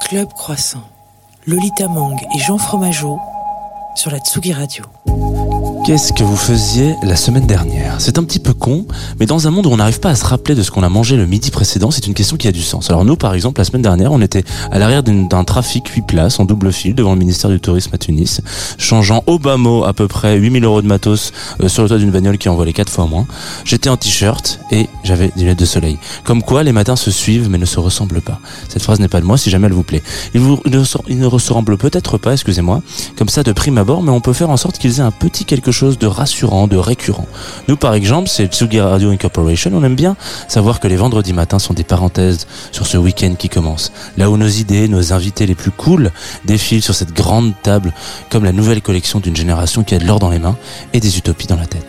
Club Croissant, Lolita Mang et Jean Fromageau sur la Tsugi Radio. Qu'est-ce que vous faisiez la semaine dernière ? C'est un petit peu con, mais dans un monde où on n'arrive pas à se rappeler de ce qu'on a mangé le midi précédent, c'est une question qui a du sens. Alors nous, par exemple, la semaine dernière, on était à l'arrière d'un trafic 8 places en double fil devant le ministère du Tourisme à Tunis, changeant au bas mot à peu près 8 000 € de matos sur le toit d'une bagnole qui en valait 4 fois moins. J'étais en t-shirt et j'avais des lunettes de soleil. Comme quoi, les matins se suivent mais ne se ressemblent pas. Cette phrase n'est pas de moi, si jamais elle vous plaît. Il ne ressemble peut-être pas, excusez-moi, comme ça de prime abord, mais on peut faire en sorte qu'ils aient un petit quelque chose de rassurant, de récurrent. Nous, par exemple, c'est Tsugi Radio Incorporation, on aime bien savoir que les vendredis matins sont des parenthèses sur ce week-end qui commence. Là où nos idées, nos invités les plus cool défilent sur cette grande table comme la nouvelle collection d'une génération qui a de l'or dans les mains et des utopies dans la tête.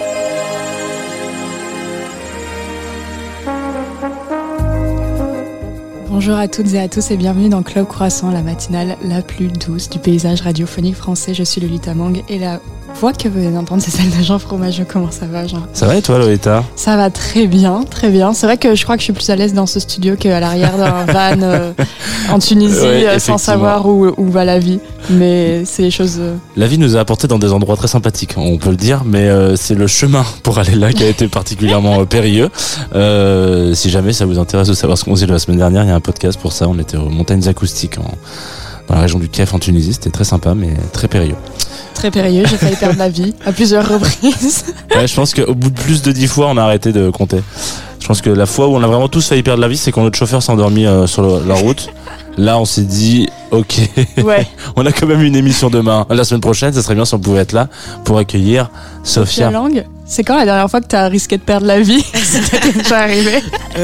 Bonjour à toutes et à tous et bienvenue dans Club Croissant, la matinale la plus douce du paysage radiophonique français. Je suis Lolita Mang et la voix que vous venez d'entendre, c'est celle de Jean Fromageau. Comment ça va, Jean ? Ça va et toi, Lolita ? Ça va très bien, très bien. C'est vrai que je crois que je suis plus à l'aise dans ce studio qu'à l'arrière d'un van en Tunisie, sans savoir où va la vie. Mais c'est les choses... La vie nous a apporté dans des endroits très sympathiques, on peut le dire, mais c'est le chemin pour aller là qui a été particulièrement périlleux. Si jamais ça vous intéresse de savoir ce qu'on faisait la semaine dernière, il y a un podcast pour ça. On était aux montagnes acoustiques dans la région du Kef en Tunisie. C'était très sympa, mais très périlleux. Très périlleux, j'ai failli perdre ma vie à plusieurs reprises. Ouais, je pense qu'au bout de plus de 10 fois, on a arrêté de compter. Je pense que la fois où on a vraiment tous failli perdre la vie, c'est quand notre chauffeur s'est endormi sur la route. Là, on s'est dit, ok, ouais. On a quand même une émission demain. La semaine prochaine, ça serait bien si on pouvait être là pour accueillir Sophia Lang. C'est quand la dernière fois que tu as risqué de perdre la vie? C'était déjà arrivé.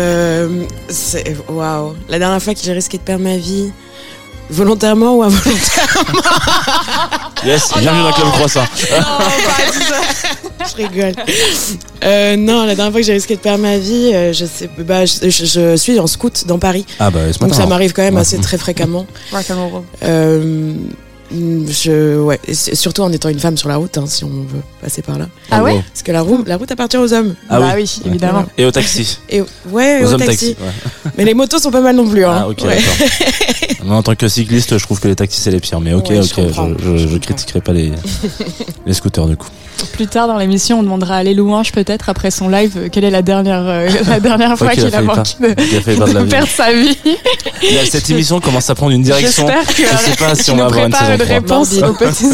Waouh. La dernière fois que j'ai risqué de perdre ma vie, volontairement ou involontairement? Yes, bienvenue dans Club Croissant. Non, pas tout ça. Je rigole. Non, la dernière fois que j'ai risqué de perdre ma vie, je suis en scout dans Paris. Ah bah, donc ça m'arrive quand même assez très fréquemment. Surtout en étant une femme sur la route, si on veut passer par là. Ah ouais? Parce que la route appartient aux hommes. Ah bah oui, évidemment. Ouais. Et au taxi. Aux hommes taxi. Ouais. Mais les motos sont pas mal non plus. Ah ok, ouais. D'accord. Mais en tant que cycliste, je trouve que les taxis c'est les pires. Mais ok, je critiquerai pas les scooters du coup. Plus tard dans l'émission, on demandera à Les Louanges peut-être après son live quelle est la dernière fois qu'il a manqué de perdre sa vie. Cette émission commence à prendre une direction. Je sais pas si on va avoir une saison 3. Réponse aux petits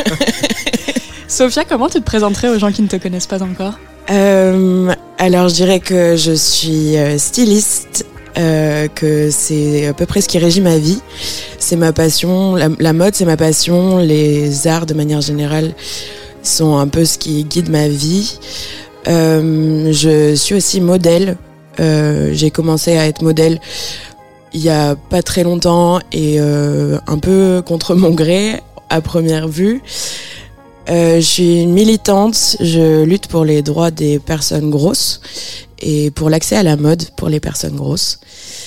Sophia, comment tu te présenterais aux gens qui ne te connaissent pas encore? Alors je dirais que je suis styliste. Que c'est à peu près ce qui régit ma vie. C'est ma passion, la mode c'est ma passion, les arts de manière générale sont un peu ce qui guide ma vie. Je suis aussi modèle. J'ai commencé à être modèle il y a pas très longtemps et un peu contre mon gré à première vue. Je suis une militante, je lutte pour les droits des personnes grosses et pour l'accès à la mode pour les personnes grosses.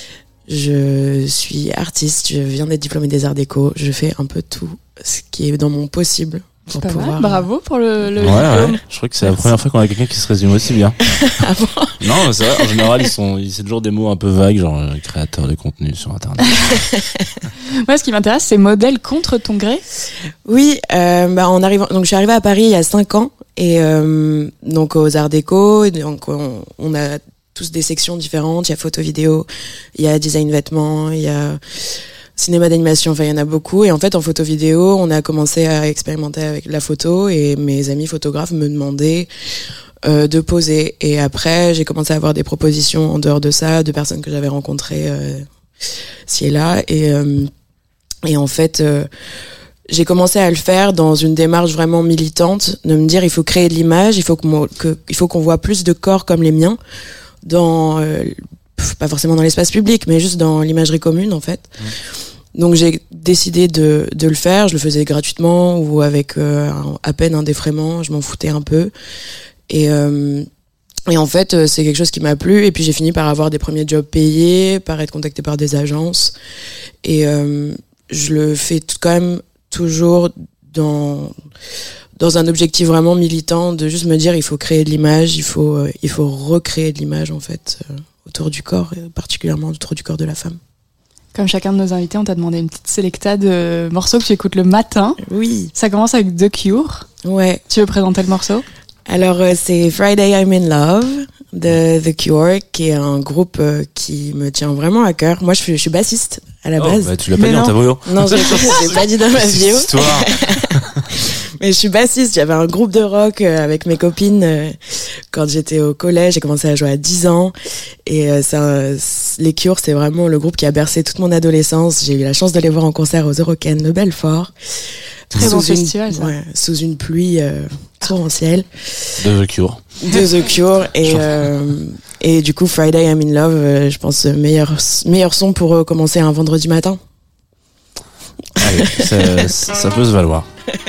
Je suis artiste, je viens d'être diplômée des arts déco, je fais un peu tout ce qui est dans mon possible. C'est pas mal, bravo pour le diplôme. Ouais. Je crois que c'est la première fois qu'on a quelqu'un qui se résume aussi bien. Ah bon? Non, c'est vrai, en général, c'est toujours des mots un peu vagues, genre créateur de contenu sur Internet. Moi, ce qui m'intéresse, c'est modèle contre ton gré? Oui, donc je suis arrivée à Paris il y a 5 ans, et donc aux Arts Déco, et donc on a tous des sections différentes, il y a photo vidéo, il y a design vêtements, il y a cinéma d'animation, enfin il y en a beaucoup. Et en fait en photo vidéo, on a commencé à expérimenter avec la photo et mes amis photographes me demandaient de poser. Et après j'ai commencé à avoir des propositions en dehors de ça, de personnes que j'avais rencontrées ci et là. Et en fait j'ai commencé à le faire dans une démarche vraiment militante, de me dire il faut créer de l'image, il faut qu'on voit plus de corps comme les miens dans pas forcément dans l'espace public, mais juste dans l'imagerie commune en fait. Donc j'ai décidé de le faire, je le faisais gratuitement ou avec à peine un défraiement, je m'en foutais un peu. Et en fait, c'est quelque chose qui m'a plu, et puis j'ai fini par avoir des premiers jobs payés, par être contactée par des agences, et je le fais quand même toujours dans un objectif vraiment militant, de juste me dire il faut créer de l'image, il faut recréer de l'image en fait autour du corps, particulièrement autour du corps de la femme. Comme chacun de nos invités, on t'a demandé une petite sélecta de morceaux que tu écoutes le matin. Oui. Ça commence avec The Cure. Ouais. Tu veux présenter le morceau ? Alors, c'est Friday I'm in Love de The Cure, qui est un groupe qui me tient vraiment à cœur. Moi, je suis bassiste à la base. Bah, tu l'as pas dit dans ta bio. Non, je l'ai pas dit dans ma bio. Histoire. Mais je suis bassiste. J'avais un groupe de rock avec mes copines quand j'étais au collège. J'ai commencé à jouer à 10 ans. Et les Cure, c'est vraiment le groupe qui a bercé toute mon adolescence. J'ai eu la chance de les voir en concert aux Eurocaines de Belfort. Très bon festival, ça. Ouais, sous une pluie torrentielle. De The Cure. De The Cure. Et du coup, Friday I'm in Love, je pense, meilleur son pour commencer un vendredi matin. Allez, ça peut se valoir.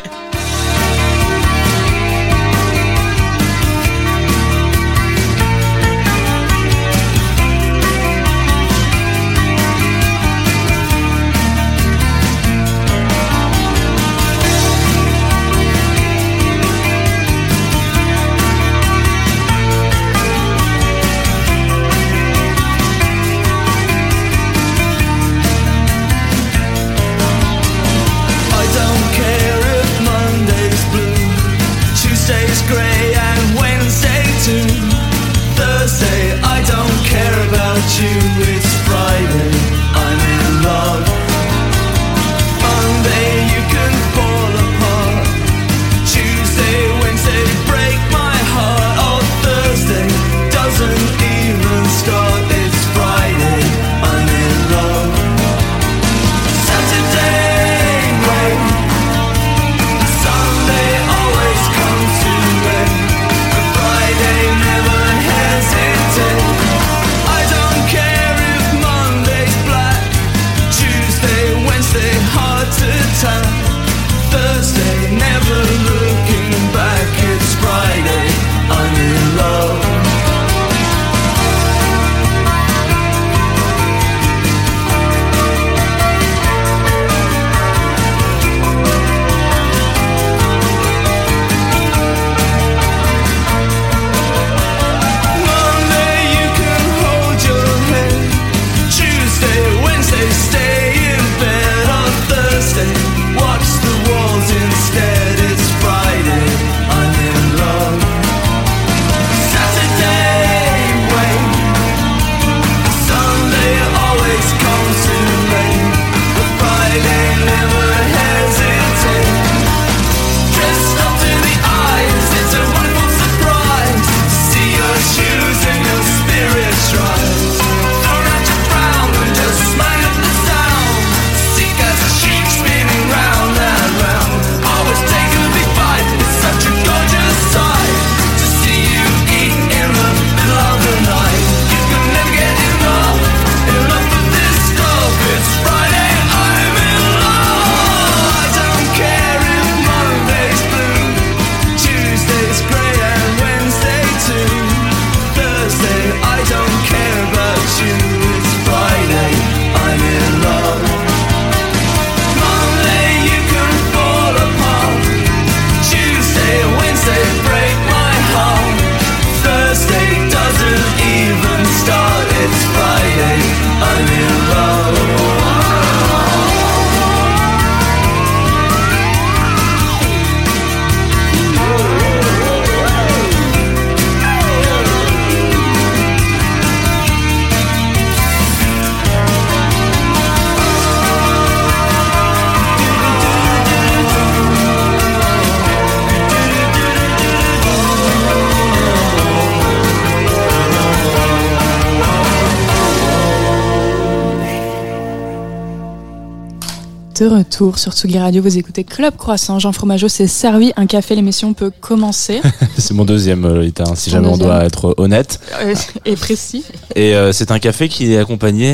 De retour sur Tsugi Radio, vous écoutez Club Croissant. Jean Fromageau s'est servi un café, l'émission peut commencer. C'est mon deuxième, Lolita, si jamais on doit être honnête. Et précis. Et c'est un café qui est accompagné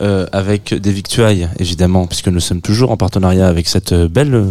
avec des victuailles, évidemment, puisque nous sommes toujours en partenariat avec cette belle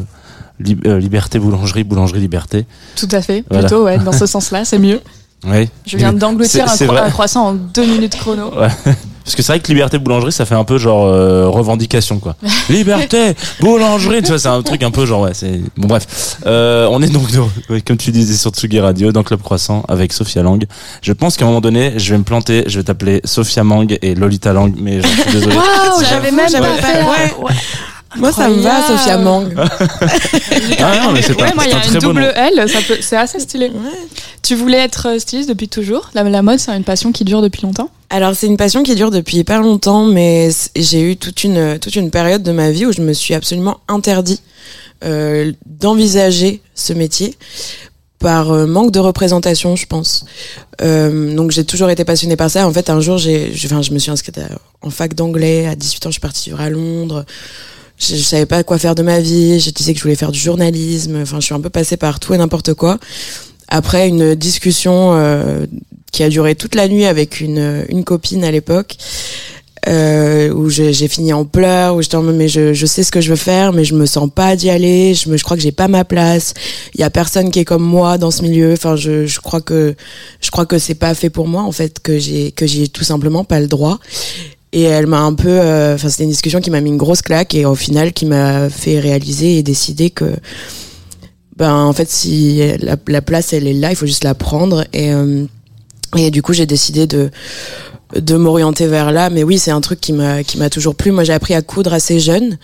Liberté Boulangerie Liberté. Tout à fait, voilà. Plutôt, ouais, dans ce sens-là, c'est mieux. Oui. Je viens d'engloutir un croissant en 2 minutes chrono. Ouais. Parce que c'est vrai que liberté boulangerie, ça fait un peu genre revendication, quoi. Liberté boulangerie, tu vois, c'est un truc un peu genre, ouais, c'est bon, bref. On est donc comme tu disais sur Tsugi Radio dans Club Croissant avec Sophia Lang. Je pense qu'à un moment donné, je vais me planter, je vais t'appeler Sophia Mang et Lolita Lang, mais j'en suis désolé. Waouh, j'avais même pas fait. Ouais. Moi, ça me va, Sophia Mang. Non, mais c'est pas. Ouais, moi, il y a une double L, c'est assez stylé. Ouais. Tu voulais être styliste depuis toujours? La mode, c'est une passion qui dure depuis longtemps? Alors, c'est une passion qui dure depuis hyper longtemps, mais j'ai eu toute une période de ma vie où je me suis absolument interdit d'envisager ce métier par manque de représentation, je pense. Donc j'ai toujours été passionnée par ça. En fait, un jour, je me suis inscrite en fac d'anglais. À 18 ans, je suis partie vivre à Londres. Je savais pas quoi faire de ma vie. Je disais que je voulais faire du journalisme. Enfin, je suis un peu passée par tout et n'importe quoi. Après une discussion qui a duré toute la nuit avec une copine à l'époque, où j'ai fini en pleurs, où j'étais en mode mais je sais ce que je veux faire, mais je me sens pas d'y aller. Je crois que j'ai pas ma place. Il y a personne qui est comme moi dans ce milieu. Enfin, je crois que c'est pas fait pour moi en fait, que j'ai tout simplement pas le droit. Et elle m'a un peu, c'était une discussion qui m'a mis une grosse claque et au final qui m'a fait réaliser et décider que, en fait, si la place elle est là, il faut juste la prendre. Et du coup, j'ai décidé de m'orienter vers là. Mais oui, c'est un truc qui m'a toujours plu. Moi, j'ai appris à coudre assez jeune,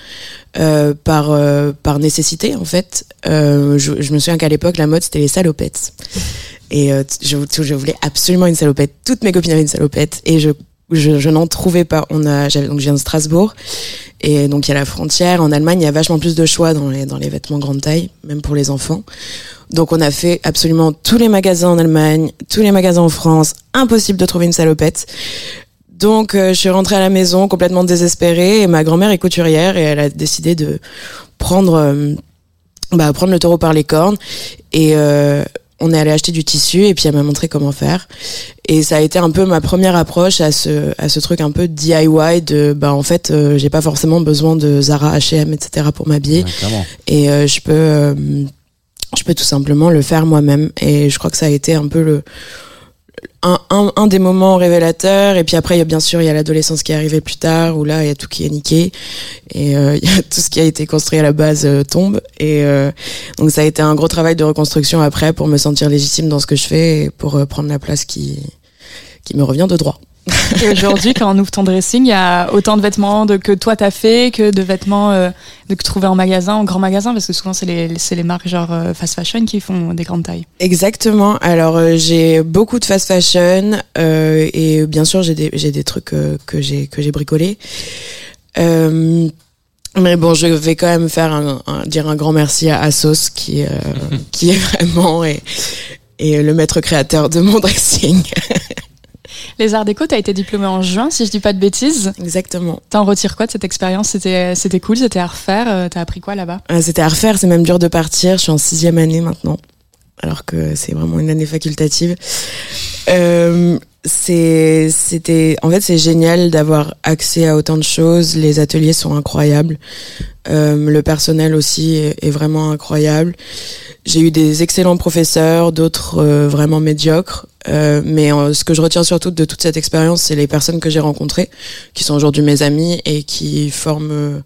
par nécessité en fait. Je me souviens qu'à l'époque, la mode c'était les salopettes. Et je voulais absolument une salopette. Toutes mes copines avaient une salopette et je n'en trouvais pas. Donc je viens de Strasbourg et donc il y a la frontière. En Allemagne, il y a vachement plus de choix dans les vêtements grande taille, même pour les enfants. Donc on a fait absolument tous les magasins en Allemagne, tous les magasins en France. Impossible de trouver une salopette. Donc je suis rentrée à la maison complètement désespérée et ma grand-mère est couturière et elle a décidé de prendre le taureau par les cornes et on est allé acheter du tissu et puis elle m'a montré comment faire. Et ça a été un peu ma première approche à ce truc un peu DIY de, en fait, j'ai pas forcément besoin de Zara, H&M, etc. pour m'habiller. Ouais, et je peux tout simplement le faire moi-même. Et je crois que ça a été un peu un des moments révélateurs. Et puis après, il y a l'adolescence qui est arrivée plus tard, où là, il y a tout qui est niqué. Et il y a tout ce qui a été construit à la base tombe. Et donc ça a été un gros travail de reconstruction après pour me sentir légitime dans ce que je fais et pour prendre la place qui me revient de droit. Et aujourd'hui, quand on ouvre ton dressing, il y a autant de vêtements que toi t'as fait que de vêtements que trouvés en magasin, en grand magasin, parce que souvent c'est les marques genre fast fashion qui font des grandes tailles. Exactement. Alors j'ai beaucoup de fast fashion et bien sûr j'ai des trucs que j'ai bricolés. Mais bon, je vais quand même faire dire un grand merci à Asos qui est vraiment et le maître créateur de mon dressing. Les Arts Déco, t'as été diplômée en juin, si je dis pas de bêtises. Exactement. T'en retires quoi de cette expérience? C'était cool, c'était à refaire. T'as appris quoi là-bas? C'était à refaire, c'est même dur de partir. Je suis en 6e année maintenant, alors que c'est vraiment une année facultative. En fait, c'est génial d'avoir accès à autant de choses. Les ateliers sont incroyables. Le personnel aussi est vraiment incroyable. J'ai eu des excellents professeurs, d'autres vraiment médiocres. Mais ce que je retiens surtout de toute cette expérience, c'est les personnes que j'ai rencontrées, qui sont aujourd'hui mes amies et qui forment...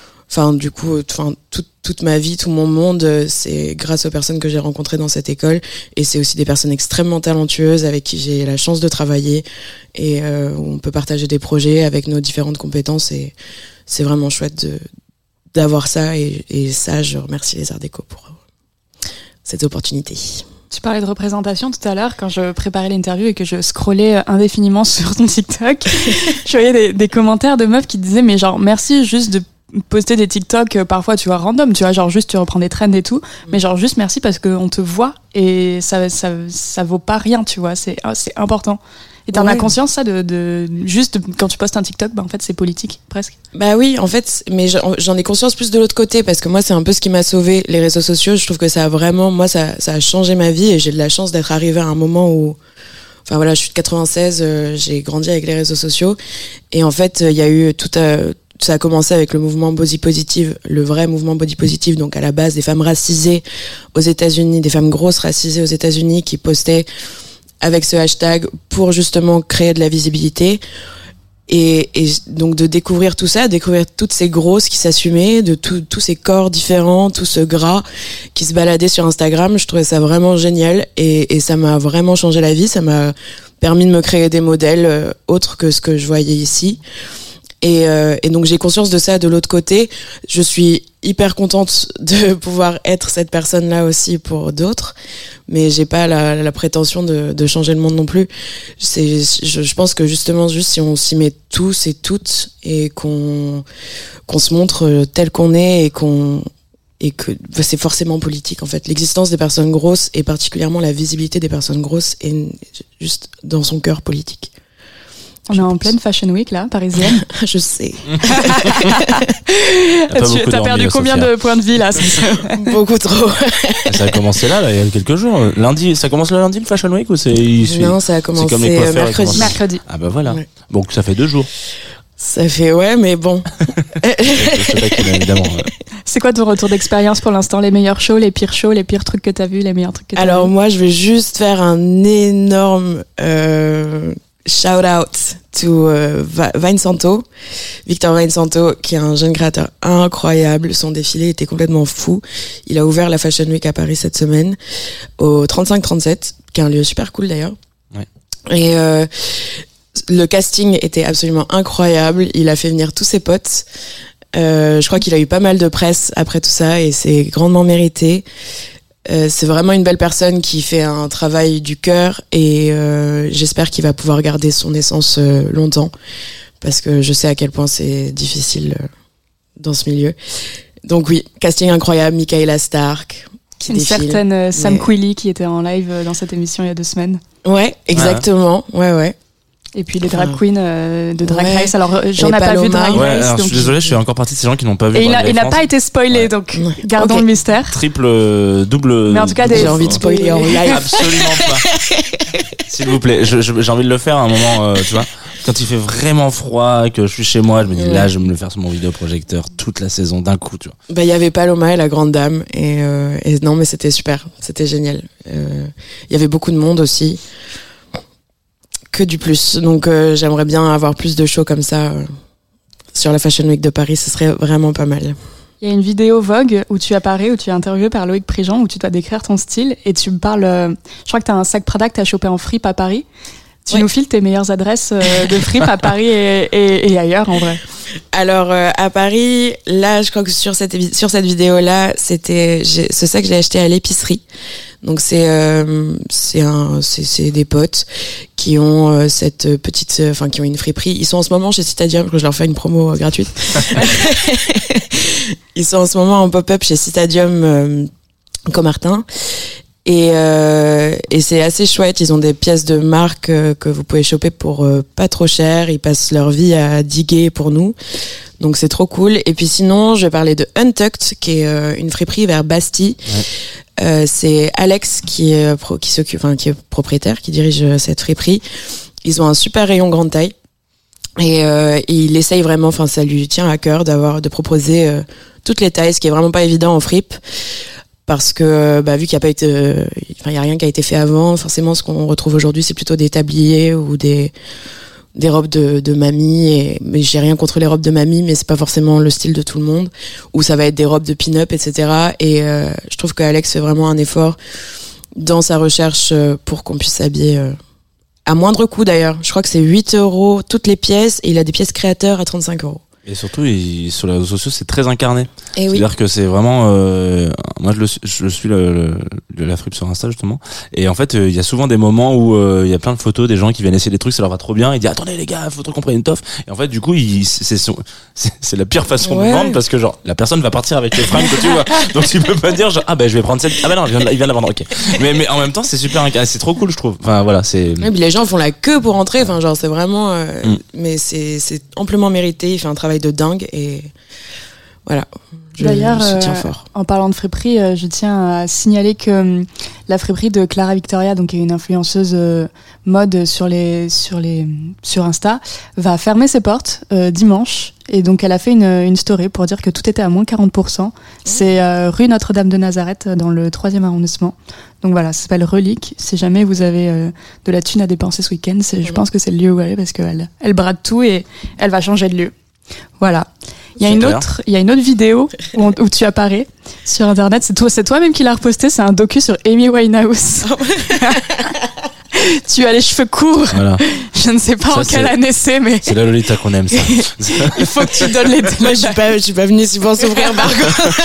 toute ma vie, tout mon monde, c'est grâce aux personnes que j'ai rencontrées dans cette école. Et c'est aussi des personnes extrêmement talentueuses avec qui j'ai la chance de travailler et où on peut partager des projets avec nos différentes compétences. Et c'est vraiment chouette d'avoir ça. Et ça, je remercie les Arts Déco pour cette opportunité. Tu parlais de représentation tout à l'heure quand je préparais l'interview et que je scrollais indéfiniment sur ton TikTok. Je voyais des commentaires de meufs qui disaient mais genre merci juste de poster des TikTok parfois tu vois random, tu vois genre juste tu reprends des trends et tout, mais genre juste merci parce qu'on te voit et ça vaut pas rien, tu vois, c'est important. Et t'en as conscience ça de juste quand tu postes un TikTok, en fait c'est politique presque. Bah oui, en fait, mais j'en ai conscience plus de l'autre côté parce que moi c'est un peu ce qui m'a sauvé les réseaux sociaux. Je trouve que ça a vraiment, moi ça a changé ma vie et j'ai de la chance d'être arrivée à un moment où, enfin voilà, je suis de 96, j'ai grandi avec les réseaux sociaux et en fait il y a eu ça a commencé avec le mouvement body positive, le vrai mouvement body positive, donc à la base des femmes racisées aux États-Unis, des femmes grosses racisées aux États-Unis qui postaient avec ce hashtag pour justement créer de la visibilité. Et donc de découvrir tout ça, découvrir toutes ces grosses qui s'assumaient, de tous ces corps différents, tout ce gras qui se baladait sur Instagram, je trouvais ça vraiment génial et ça m'a vraiment changé la vie, ça m'a permis de me créer des modèles autres que ce que je voyais ici. Et donc j'ai conscience de ça de l'autre côté. Je suis hyper contente de pouvoir être cette personne-là aussi pour d'autres, mais j'ai pas la prétention de changer le monde non plus. Je pense que justement, juste si on s'y met tous et toutes et qu'on se montre tel qu'on est et que c'est forcément politique en fait. L'existence des personnes grosses et particulièrement la visibilité des personnes grosses est juste dans son cœur politique. On est en pleine Fashion Week, là, parisienne. Je sais. T'as perdu combien de points de vie, là? Beaucoup trop. Ça a commencé là, il y a quelques jours. Lundi, ça commence le lundi, le Fashion Week, ou c'est... Non, ça a commencé mercredi. Ah bah voilà. Ouais. Donc ça fait 2 jours. Ça fait, ouais, mais bon. Évidemment. C'est quoi ton retour d'expérience pour l'instant? Les meilleurs shows, les pires trucs que t'as vus, les meilleurs trucs que t'as vus? Alors moi, je vais juste faire un énorme... shout out to Vincento, Victor Vincento, qui est un jeune créateur incroyable. Son défilé était complètement fou. Il a ouvert la Fashion Week à Paris cette semaine au 35-37, qui est un lieu super cool d'ailleurs. Ouais. Et le casting était absolument incroyable. Il a fait venir tous ses potes. Je crois qu'il a eu pas mal de presse après tout ça et c'est grandement mérité. C'est vraiment une belle personne qui fait un travail du cœur et j'espère qu'il va pouvoir garder son essence longtemps parce que je sais à quel point c'est difficile dans ce milieu. Donc oui, casting incroyable, Michaela Stark qui défile. Une certaine Sam Quilly qui était en live dans cette émission il y a 2 semaines. Ouais, exactement. Ouais. Et puis les drag queens de Drag Race. Alors, j'en ai pas vu Drag Race. Alors, je suis désolé, je suis encore partie de ces gens qui n'ont pas vu. Et il n'a pas été spoilé, donc gardons le mystère. Double. Mais en tout cas, j'ai envie de spoiler en live. Absolument pas. S'il vous plaît, j'ai envie de le faire à un moment, tu vois. Quand il fait vraiment froid, que je suis chez moi, je me dis là, je vais me le faire sur mon vidéoprojecteur toute la saison d'un coup, tu vois. Bah, il y avait Paloma et la grande dame, et non, mais c'était super, c'était génial. Il y avait beaucoup de monde aussi. Que du plus. Donc j'aimerais bien avoir plus de shows comme ça sur la Fashion Week de Paris, ce serait vraiment pas mal. Il y a une vidéo Vogue où tu apparais, où tu es interviewé par Loïc Prigent, où tu dois décrire ton style et tu me parles, je crois que tu as un sac Prada que tu as chopé en fripe à Paris. Tu nous files tes meilleures adresses de fripe à Paris et ailleurs en vrai. Alors à Paris, là je crois que sur cette vidéo-là, c'était ce sac que j'ai acheté à l'épicerie. Donc c'est des potes qui ont cette petite, enfin qui ont une friperie. Ils sont en ce moment chez Citadium, que je leur fais une promo gratuite. Ils sont en ce moment en pop-up chez Citadium Comartin. Et c'est assez chouette. Ils ont des pièces de marque que vous pouvez choper pour pas trop cher. Ils passent leur vie à diguer pour nous. Donc c'est trop cool. Et puis sinon, je vais parler de Untucked, qui est une friperie vers Bastille. Ouais. C'est Alex qui est propriétaire, qui dirige cette friperie. Ils ont un super rayon grande taille. Et il essaye vraiment, enfin ça lui tient à cœur de proposer toutes les tailles, ce qui est vraiment pas évident en fripe. Parce que vu qu'il y a pas été, il y a rien qui a été fait avant, forcément ce qu'on retrouve aujourd'hui c'est plutôt des tabliers ou des robes de mamie. Mais j'ai rien contre les robes de mamie, mais c'est pas forcément le style de tout le monde. Ou ça va être des robes de pin-up, etc. Et je trouve qu'Alex fait vraiment un effort dans sa recherche pour qu'on puisse s'habiller à moindre coût d'ailleurs. Je crois que c'est 8 € toutes les pièces et il a des pièces créateurs à 35 €. Et surtout, sur les réseaux sociaux, c'est très incarné. Et c'est-à-dire que c'est vraiment... moi, je suis la fripe sur Insta, justement. Et en fait, il y a souvent des moments où il y a plein de photos des gens qui viennent essayer des trucs, ça leur va trop bien. Ils disent, attendez les gars, faut trop qu'on prenne une toffe. Et en fait, du coup, c'est la pire façon de vendre parce que genre, la personne va partir avec les fringues que tu vois. Donc tu peux pas dire, genre, je vais prendre cette... Ah bah non, il vient de la vendre, ok. Mais en même temps, c'est super incarné. C'est trop cool, je trouve. Enfin, voilà, c'est... Et puis les gens font la queue pour rentrer. Enfin, genre, c'est vraiment... Mais c'est amplement mérité. Il fait un travail de dingue et voilà. D'ailleurs, soutiens fort. En parlant de friperie, je tiens à signaler que la friperie de Clara Victoria, donc qui est une influenceuse mode sur Insta, va fermer ses portes dimanche. Et donc elle a fait une story pour dire que tout était à moins 40%. C'est rue Notre-Dame de Nazareth, dans le 3e arrondissement. Donc voilà, ça s'appelle Relique. Si jamais vous avez de la thune à dépenser ce week-end, je pense que c'est le lieu où aller, parce qu'elle brade tout et elle va changer de lieu. Voilà. Il y a une autre vidéo où tu apparais sur internet. C'est toi-même qui l'as reposté. C'est un docu sur Amy Winehouse. Tu as les cheveux courts. Voilà. Je ne sais pas en quelle année c'est, mais c'est la Lolita qu'on aime, ça. il faut que tu donnes les détails. Moi, je suis pas venue ici pour s'ouvrir, Margot.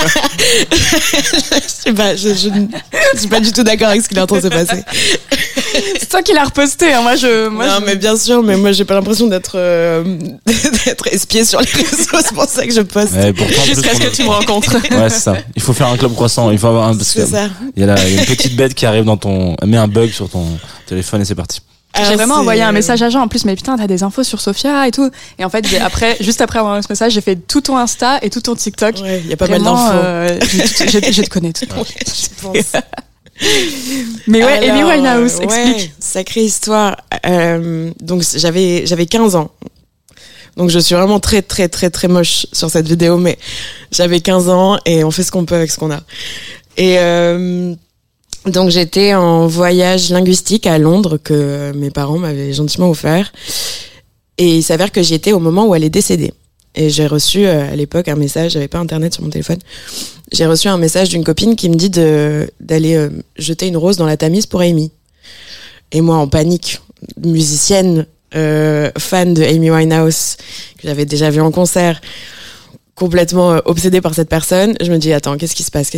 Je suis pas du tout d'accord avec ce qui est en train de se passer. C'est toi qui l'as reposté, hein. Non, mais bien sûr, mais moi, j'ai pas l'impression d'être espiée sur les réseaux, c'est pour ça que je poste. Ouais, jusqu'à ce que tu me rencontres. Ouais, c'est ça. Il faut faire un club croissant. Il faut avoir c'est ça. Il y a une petite bête qui arrive met un bug sur ton téléphone et c'est parti. J'ai vraiment envoyé un message à Jean en plus, mais putain, t'as des infos sur Sophia et tout. Et en fait, juste après avoir envoyé ce message, j'ai fait tout ton Insta et tout ton TikTok. Ouais, il y a pas mal d'infos. Je te connais tout. Je pense. Mais ouais, Amy Winehouse, explique. Ouais, sacrée histoire. Donc j'avais 15 ans. Donc je suis vraiment très très très très moche sur cette vidéo, mais j'avais 15 ans et on fait ce qu'on peut avec ce qu'on a. Et donc j'étais en voyage linguistique à Londres que mes parents m'avaient gentiment offert. Et il s'avère que j'y étais au moment où elle est décédée. Et j'ai reçu à l'époque un message, j'avais pas internet sur mon téléphone. J'ai reçu un message d'une copine qui me dit d'aller jeter une rose dans la Tamise pour Amy. Et moi, en panique, musicienne, fan de Amy Winehouse, que j'avais déjà vu en concert, complètement obsédée par cette personne, je me dis, attends, qu'est-ce qui se passe?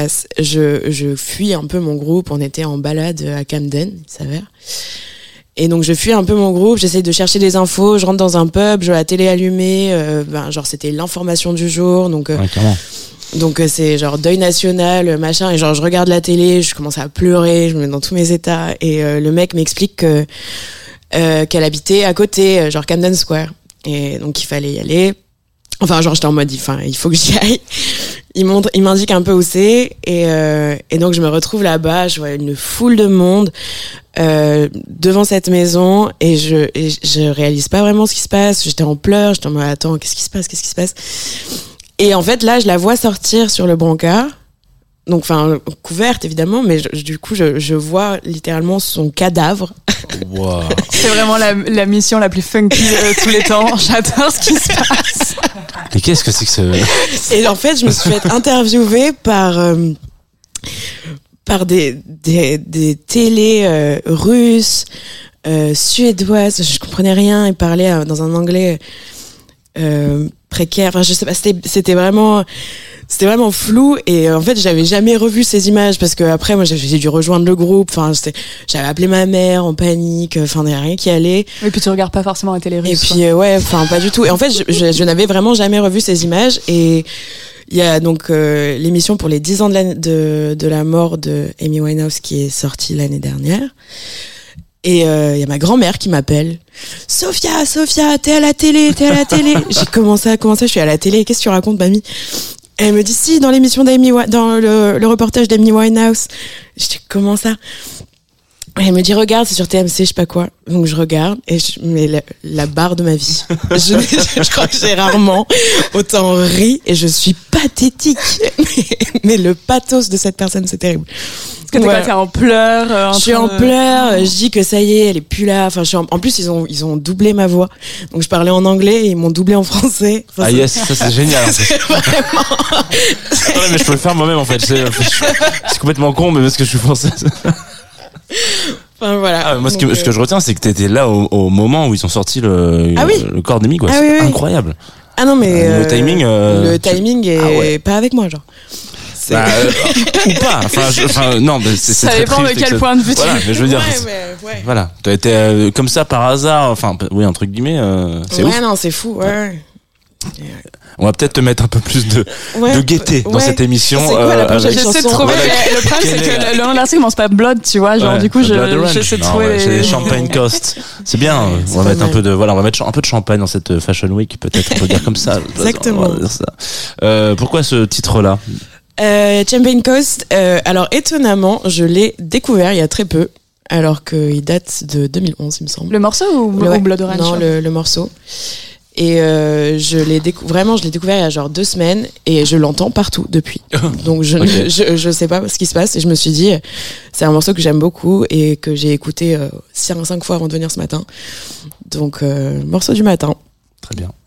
Je fuis un peu mon groupe, on était en balade à Camden, il s'avère. Et donc je fuis un peu mon groupe, j'essaye de chercher des infos, je rentre dans un pub, je vois la télé allumée, genre c'était l'information du jour, donc... Donc c'est genre deuil national, machin, et genre je regarde la télé, je commence à pleurer, je me mets dans tous mes états, et le mec m'explique qu'elle habitait à côté, genre Camden Square, et donc il fallait y aller. Enfin genre j'étais en mode, il faut que j'y aille. Il m'indique un peu où c'est, et donc je me retrouve là-bas, je vois une foule de monde devant cette maison, et je réalise pas vraiment ce qui se passe. J'étais en pleurs, j'étais en mode attends, qu'est-ce qui se passe? Et en fait, là, je la vois sortir sur le brancard. Donc, couverte, évidemment, mais du coup, je vois littéralement son cadavre. Wow. C'est vraiment la mission la plus funky de tous les temps. J'adore ce qui se passe. Mais qu'est-ce que c'est que ce... Et en fait, je me suis fait interviewer par des télés russes, suédoises. Je comprenais rien. Ils parlaient dans un anglais... précaire, enfin je sais pas, c'était vraiment flou, et en fait j'avais jamais revu ces images parce que après moi j'ai dû rejoindre le groupe, j'avais appelé ma mère en panique, il n'y a rien qui allait. Et puis tu regardes pas forcément la télé russe. Et puis pas du tout. Et en fait je n'avais vraiment jamais revu ces images, et il y a donc l'émission pour les 10 ans de la mort de Amy Winehouse qui est sortie l'année dernière. Et il y a ma grand-mère qui m'appelle. Sophia, t'es à la télé. J'ai commencé, comment ça, je suis à la télé? Qu'est-ce que tu racontes, mamie? Elle me dit, si, dans l'émission dans le reportage d'Amy Winehouse. Je dis, comment ça? Elle me dit, regarde, c'est sur TMC, je sais pas quoi. Donc je regarde, et mais la barre de ma vie. Je crois que j'ai rarement autant ri, et je suis pathétique. Mais le pathos de cette personne, c'est terrible. Parce que t'es en pleurs. Je suis en pleurs, je dis que ça y est, elle est plus là. Enfin, en plus, ils ont doublé ma voix. Donc je parlais en anglais et ils m'ont doublé en français. Enfin, yes, ça c'est génial. C'est vraiment... Non, mais je peux le faire moi-même en fait. C'est complètement con, mais parce que je suis française. Enfin, voilà. Moi, ce que je retiens, c'est que t'étais là au moment où ils ont sorti le corps d'Amy, quoi. Ah, c'est oui. incroyable. Ah non, mais le timing. Le timing est pas avec moi, genre. Ou pas. Non, mais c'est ça très dépend de quel point de vue. Voilà, mais je veux dire. Ouais. Voilà, t'as été comme ça par hasard. Enfin, oui, entre guillemets. C'est ouf. Ouais, non, c'est fou. Ouais. On va peut-être te mettre un peu plus de gaieté dans cette émission. C'est quoi la prochaine J'essaie de chanson? trouver. Le problème, c'est que le nom de l'artiste commence pas Blood, tu vois. Genre, du coup, j'essaie de trouver. C'est des Champagne Coast. C'est bien. On va mettre un peu de, on va mettre un peu de champagne dans cette Fashion Week, peut-être. On peut dire comme ça. Exactement. On va dire ça. Pourquoi ce titre-là? Champagne Coast. Alors, étonnamment, je l'ai découvert il y a très peu. Alors qu'il date de 2011, il me semble. Le morceau ou Blood Orange? Non, le morceau. Et je l'ai découvert il y a genre 2 semaines et je l'entends partout depuis. Donc je sais pas ce qui se passe et je me suis dit c'est un morceau que j'aime beaucoup et que j'ai écouté 5 fois avant de venir ce matin. Donc morceau du matin. Très bien.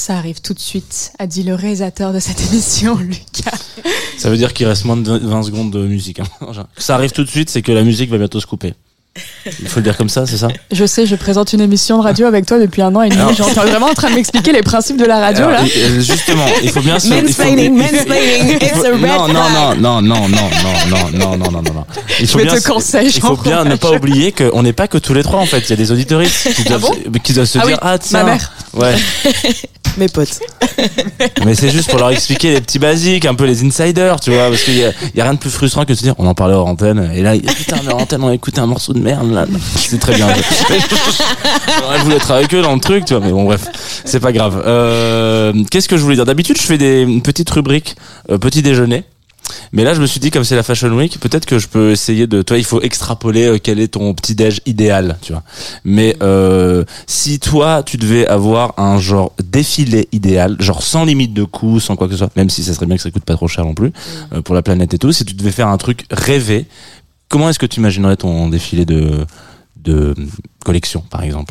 Ça arrive tout de suite, a dit le réalisateur de cette émission, Lucas. Ça veut dire qu'il reste moins de 20 secondes de musique. Ça arrive tout de suite, c'est que la musique va bientôt se couper. Il faut le dire comme ça, c'est ça? Je sais, je présente une émission de radio avec toi depuis 1 an et demi. Genre, t'es vraiment en train de m'expliquer les principes de la radio, là. Justement, il faut bien se... Mansplaining, it's a red non. Il faut je vais te conseiller, il faut bien ne pas oublier qu'on n'est pas que tous les trois, en fait. Il y a des auditeuristes qui doivent se dire, tiens. Ma mère. Ouais. Mes potes. Mais c'est juste pour leur expliquer les petits basiques, un peu les insiders, tu vois, parce qu'il y a rien de plus frustrant que de se dire, on en parlait hors antenne, et là, putain, mais hors antenne, on a écouté un morceau de merde, là. C'est très bien. J'aurais voulu être avec eux dans le truc, tu vois, mais bon, bref, c'est pas grave. Qu'est-ce que je voulais dire? D'habitude, je fais une petite rubrique, petit déjeuner. Mais là, je me suis dit, comme c'est la Fashion Week, peut-être que je peux essayer toi, il faut extrapoler quel est ton petit-déj idéal, tu vois. Mais si toi, tu devais avoir un genre défilé idéal, genre sans limite de coût, sans quoi que ce soit, même si ça serait bien que ça coûte pas trop cher non plus, pour la planète et tout, si tu devais faire un truc rêvé, comment est-ce que tu imaginerais ton défilé de collection, par exemple?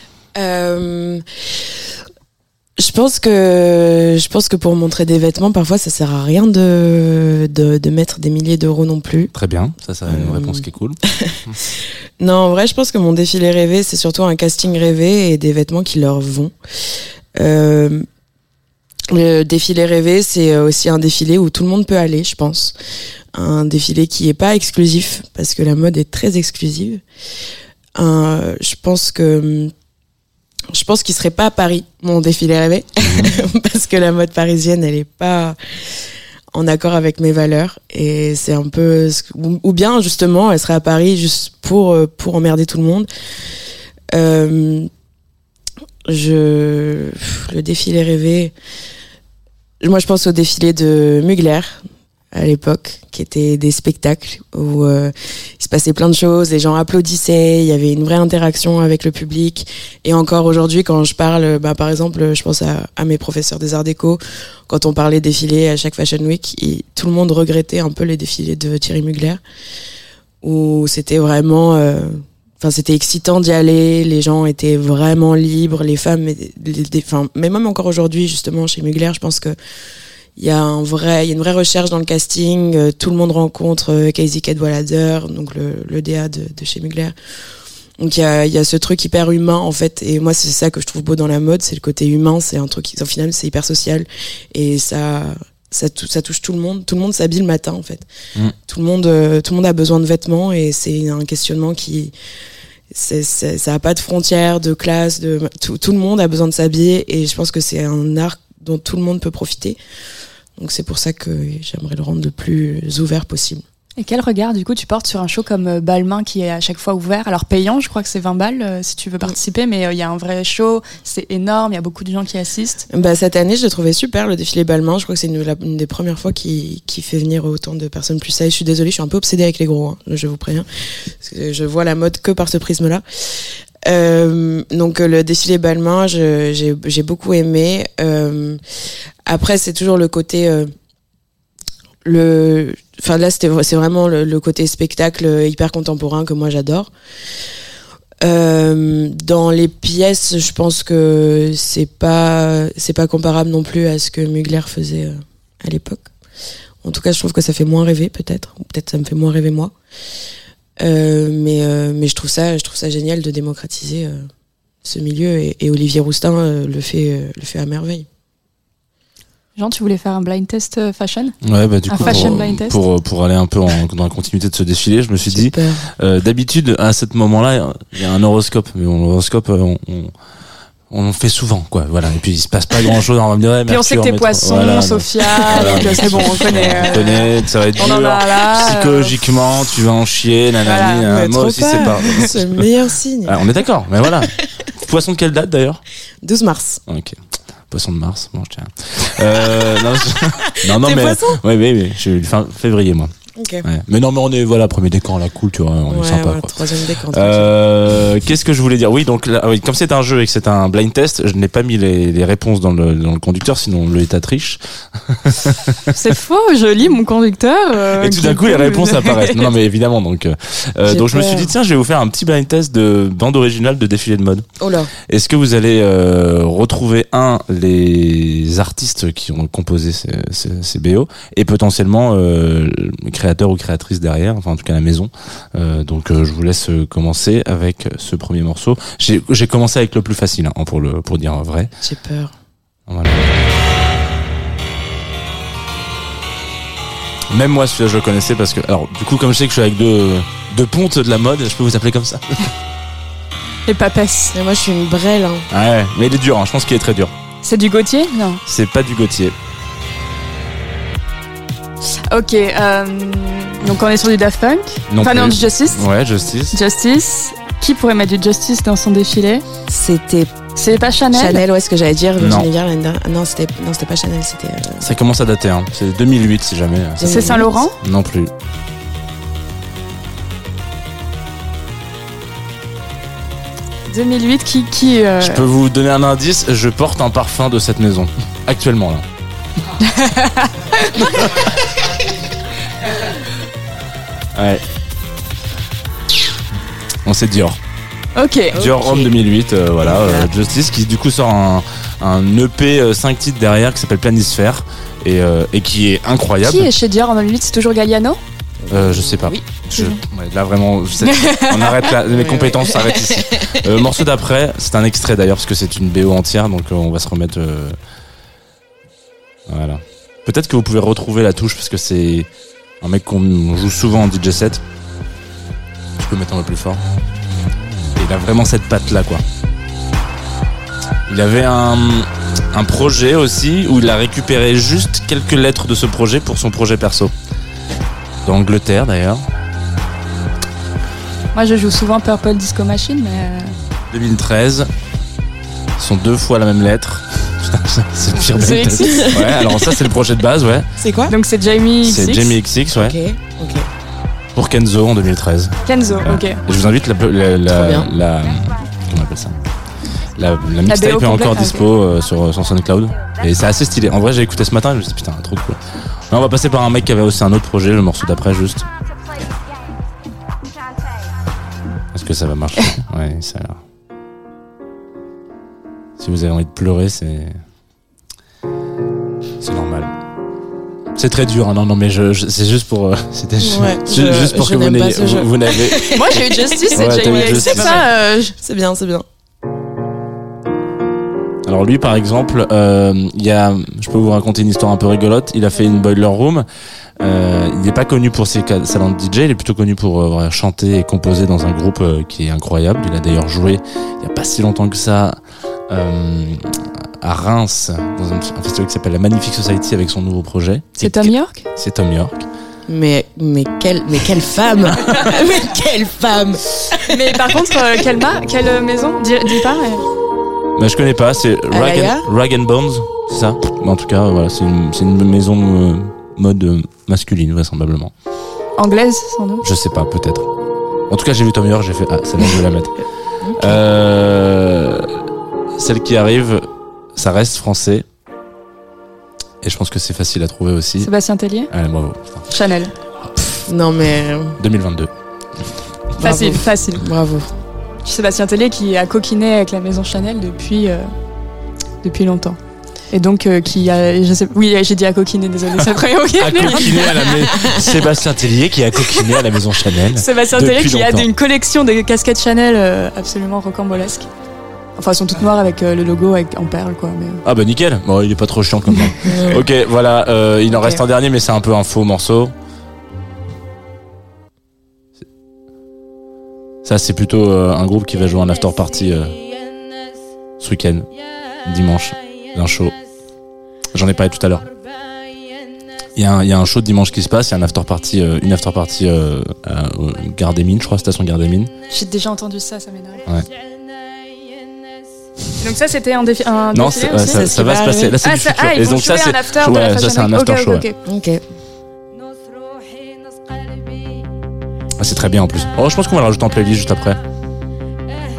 Je pense que pour montrer des vêtements, parfois, ça sert à rien de mettre des milliers d'euros non plus. Très bien. Ça une réponse qui est cool. Non, en vrai, je pense que mon défilé rêvé, c'est surtout un casting rêvé et des vêtements qui leur vont. Le défilé rêvé, c'est aussi un défilé où tout le monde peut aller, je pense. Un défilé qui est pas exclusif, parce que la mode est très exclusive. Je pense qu'il serait pas à Paris, mon défilé rêvé, parce que la mode parisienne, elle est pas en accord avec mes valeurs, et c'est un peu, ou bien, justement, elle serait à Paris juste pour emmerder tout le monde. Le défilé rêvé, moi, je pense au défilé de Mugler, à l'époque, qui étaient des spectacles où il se passait plein de choses, les gens applaudissaient, il y avait une vraie interaction avec le public. Et encore aujourd'hui, quand je parle, par exemple, je pense à mes professeurs des Arts Déco, quand on parlait défilé à chaque Fashion Week, tout le monde regrettait un peu les défilés de Thierry Mugler, où c'était vraiment... c'était excitant d'y aller, les gens étaient vraiment libres, les femmes... mais même encore aujourd'hui, justement, chez Mugler, je pense que il y a une vraie recherche dans le casting. Tout le monde rencontre Casey Cadwallader, donc le DA de chez Mugler. Donc il y a ce truc hyper humain en fait. Et moi c'est ça que je trouve beau dans la mode, c'est le côté humain. C'est un truc au final c'est hyper social et ça touche tout le monde. Tout le monde s'habille le matin en fait. Tout le monde a besoin de vêtements et c'est un questionnement qui ça a pas de frontières, de classe, tout le monde a besoin de s'habiller et je pense que c'est un art dont tout le monde peut profiter. Donc c'est pour ça que j'aimerais le rendre le plus ouvert possible. Et quel regard du coup tu portes sur un show comme Balmain qui est à chaque fois ouvert, alors payant, je crois que c'est 20 balles si tu veux participer, mais il y a un vrai show, c'est énorme, il y a beaucoup de gens qui assistent. Cette année je l'ai trouvé super, le défilé Balmain, je crois que c'est une des premières fois qui fait venir autant de personnes plus sérieuses. Je suis désolée, je suis un peu obsédée avec les gros, je vous préviens, parce que je vois la mode que par ce prisme-là. Donc le défilé Balmain, j'ai beaucoup aimé. Après c'est toujours le côté là c'est vraiment le côté spectacle hyper contemporain que moi j'adore. Dans les pièces, je pense que c'est pas comparable non plus à ce que Mugler faisait à l'époque. En tout cas, je trouve que ça fait moins rêver peut-être, ou peut-être ça me fait moins rêver moi. Mais je trouve ça génial de démocratiser ce milieu et Olivier Roustin le fait à merveille. Jean, tu voulais faire un blind test fashion? Ouais, du coup, blind test pour aller un peu dans la continuité de ce défilé, je me suis dit, d'habitude, à ce moment-là, il y a un horoscope, mais l'horoscope, on le fait souvent, quoi. Voilà. Et puis, il se passe pas grand-chose. On va me dire, puis on sait que t'es poisson, Sophia, donc c'est bon, on connaît. Ça va être dur. Psychologiquement, tu vas en chier, nanani. Voilà, moi aussi, c'est pas. C'est le meilleur signe. On est d'accord, mais voilà. Poisson de quelle date, d'ailleurs? 12 mars. Ok. Poisson de mars, bon, je tiens. Non, mais. Poisson? Oui, je suis fin février, moi. Okay. Ouais. Mais non, mais on est, premier décan, la cool, tu vois, on est sympa, quoi. Troisième décan. Qu'est-ce que je voulais dire? Oui, donc là, oui, comme c'est un jeu et que c'est un blind test, je n'ai pas mis les réponses dans le conducteur, sinon le état triche. C'est faux, je lis mon conducteur. Et tout d'un coup, les réponses apparaissent. Non, mais évidemment, donc je me suis dit, tiens, je vais vous faire un petit blind test de bande originale de Défilé de mode. Oh là. Est-ce que vous allez retrouver les artistes qui ont composé ces BO et potentiellement les créateurs ou créatrices derrière, enfin en tout cas la maison. Donc je vous laisse commencer avec ce premier morceau. J'ai commencé avec le plus facile, hein, pour dire vrai. J'ai peur. Voilà. Même moi, celui-là, je le connaissais parce que, alors, du coup, comme je sais que je suis avec deux pontes de la mode, je peux vous appeler comme ça. Les papesses. Et moi, je suis une brêle. Hein. Ouais, mais il est dur, hein, je pense qu'il est très dur. C'est du Gauthier? Non. C'est pas du Gauthier. Ok, donc on est sur du Daft Punk. Non enfin, plus. non, du Justice. Ouais, Justice. Justice. Qui pourrait mettre du Justice dans son défilé? C'était C'est pas Chanel? Chanel, ouais, ce que j'allais dire. Non. Non, c'était pas Chanel, c'était. Ça commence à dater, hein. C'est 2008 si jamais. C'est Saint-Laurent? Non plus. « 2008, qui Je peux vous donner un indice, je porte un parfum de cette maison. Actuellement, là. Ouais. On sait Dior. Ok. Dior Homme 2008, voilà. Justice qui du coup sort un EP 5 titres derrière qui s'appelle Planisphère et qui est incroyable. Qui est chez Dior en 2008? C'est toujours Galliano? Je sais pas. Oui. Ouais, là vraiment, on arrête là, mes compétences s'arrêtent ici. Morceau d'après, c'est un extrait d'ailleurs parce que c'est une BO entière, donc on va se remettre. Voilà. Peut-être que vous pouvez retrouver la touche parce que c'est un mec qu'on joue souvent en DJ set. Je peux mettre un peu plus fort. Et il a vraiment cette patte là, quoi. Il avait un projet aussi où il a récupéré juste quelques lettres de ce projet pour son projet perso. D'Angleterre d'ailleurs. Moi, je joue souvent Purple Disco Machine, mais... 2013. Ce sont 2 fois la même lettre. Putain, c'est pire The blind test. XX. Ouais, alors ça c'est le projet de base, ouais. C'est quoi? Donc c'est Jamie XX. C'est Jamie XX, ouais. Ok. Pour Kenzo en 2013. Kenzo, Ouais. ok. Et je vous invite comment on appelle ça? La mixtape BO est encore complète, dispo sur SoundCloud. Et c'est assez stylé. En vrai, j'ai écouté ce matin et je me suis dit putain, trop cool. Là, on va passer par un mec qui avait aussi un autre projet, le morceau d'après juste. Est-ce que ça va marcher? Ouais, ça a l'air. Si vous avez envie de pleurer, c'est normal. C'est très dur, hein. Non, mais c'est juste pour. C'était Ouais, juste pour je que n'aime pas ce jeu. vous n'avez. Moi, j'ai eu Justice Ouais, et t'as Jamie eu XX. Justice. C'est bien, c'est bien. Alors lui, par exemple, je peux vous raconter une histoire un peu rigolote. Il a fait une boiler room. Il n'est pas connu pour ses salons de DJ. Il est plutôt connu pour chanter et composer dans un groupe qui est incroyable. Il a d'ailleurs joué il n'y a pas si longtemps que ça à Reims dans un festival qui s'appelle la Magnifique Society avec son nouveau projet. C'est Tom York? C'est Tom York. Mais quelle femme. Mais quelle femme. Mais par contre, quelle maison? Dis pas. Mais je connais pas. C'est Rag and Bones, c'est ça. Mais en tout cas, voilà, c'est une maison mode masculine vraisemblablement. Anglaise, sans doute. Je sais pas, peut-être. En tout cas, j'ai vu Tom York, j'ai fait celle-là, je vais la mettre. Celle qui arrive, ça reste français. Et je pense que c'est facile à trouver aussi. Sébastien Tellier? Allez, bravo. Putain. Chanel. Non mais 2022. Facile. bravo. Sébastien Tellier qui a coquiné avec la maison Chanel depuis longtemps. Et donc qui a, je sais, oui, j'ai dit à coquiner, désolé, c'est le premier mot qui A coquiné à la maison. Sébastien Tellier qui a coquiné à la maison Chanel. Sébastien depuis Tellier qui a longtemps. une collection de casquettes Chanel absolument rocambolesques. Enfin, elles sont toutes noires avec le logo en perles, quoi. Mais... Ah bah nickel. Bon, il est pas trop chiant comme ça. Ok, voilà. Il en reste un dernier, mais c'est un peu un faux morceau. Ça, c'est plutôt un groupe qui va jouer un after party ce week-end, dimanche, d'un show. J'en ai parlé tout à l'heure. Il y a un show de dimanche qui se passe, il y a une after party à Gare des Mines, je crois, station Gare des Mines. J'ai déjà entendu ça m'énerve. Ouais. Donc ça, c'était un Non, défilé aussi ça va se passer. Là, c'est du futur. ils vont jouer un after de la ça, Fashion c'est un Week. after show. Ok. Ok. Ah, c'est très bien en plus. Oh, je pense qu'on va le rajouter en playlist juste après.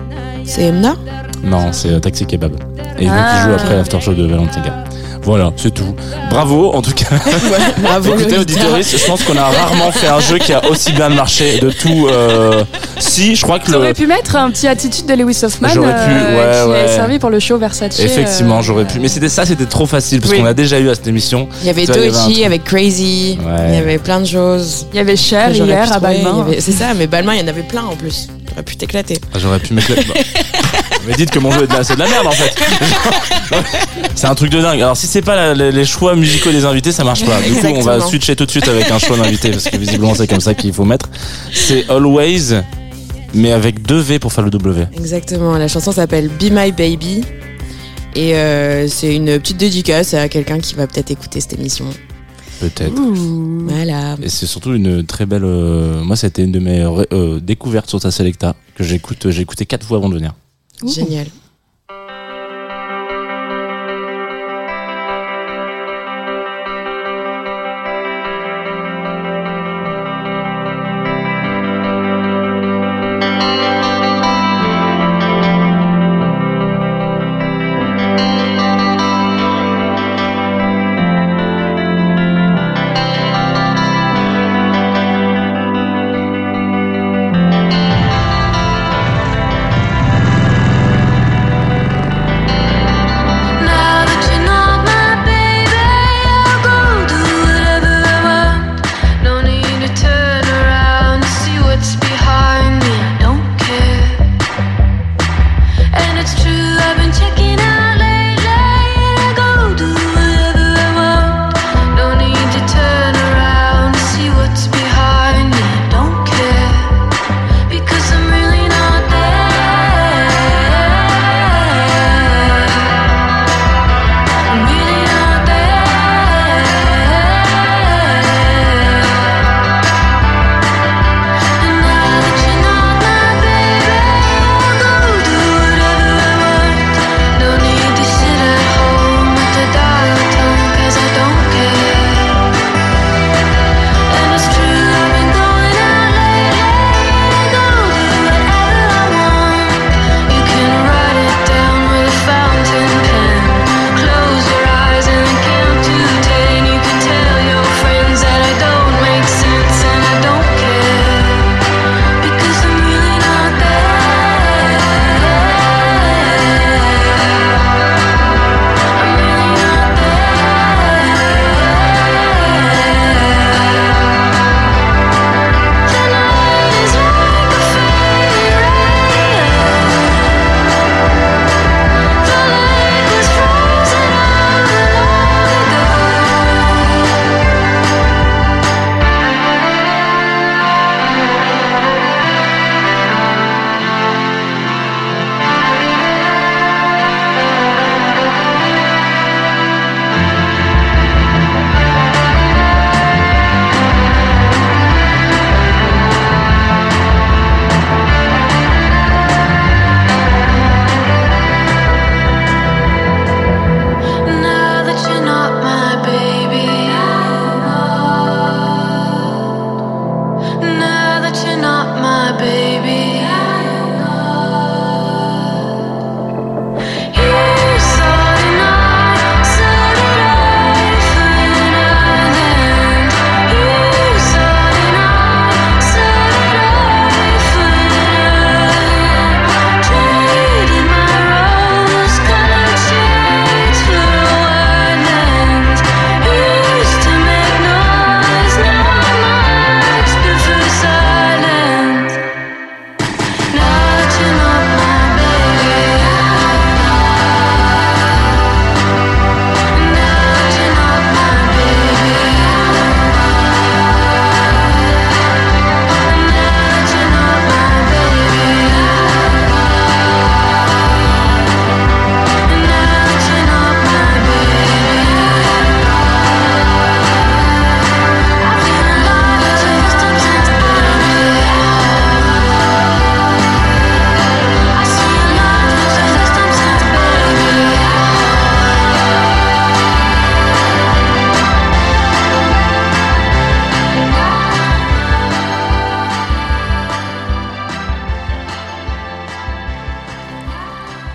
C'est Emna? Non, c'est Taxi Kebab. Et donc il joue après l'after show de Valentina. Voilà, c'est tout. Bravo, en tout cas. Ouais, bravo. Écoutez, auditoris, je pense qu'on a rarement fait un jeu qui a aussi bien marché de tout. Si, je crois que T'aurais pu mettre un petit attitude de Lewis Hoffman J'aurais pu, qui ouais. a servi pour le show Versace. Effectivement, j'aurais pu. Mais c'était trop facile parce qu'on l'a déjà eu à cette émission. Il y avait Doechii avec Crazy. Ouais. Il y avait plein de choses. Il y avait Cher que j'aurais hier pu à trouver. Balmain. C'est ça, mais Balmain, il y en avait plein en plus. J'aurais pu t'éclater. J'aurais pu m'éclater. Mais dites que mon jeu c'est de la merde en fait. C'est un truc de dingue. Alors si c'est pas les choix musicaux des invités, ça marche pas. Du coup, on va switcher tout de suite avec un choix d'invité parce que visiblement c'est comme ça qu'il faut mettre. C'est Always, mais avec 2 V pour faire le W. Exactement. La chanson s'appelle Be My Baby et c'est une petite dédicace à quelqu'un qui va peut-être écouter cette émission. Peut-être. Voilà. Et c'est surtout une très belle. Moi, c'était une de mes découvertes sur ta Selecta que j'ai écouté 4 fois avant de venir. Génial.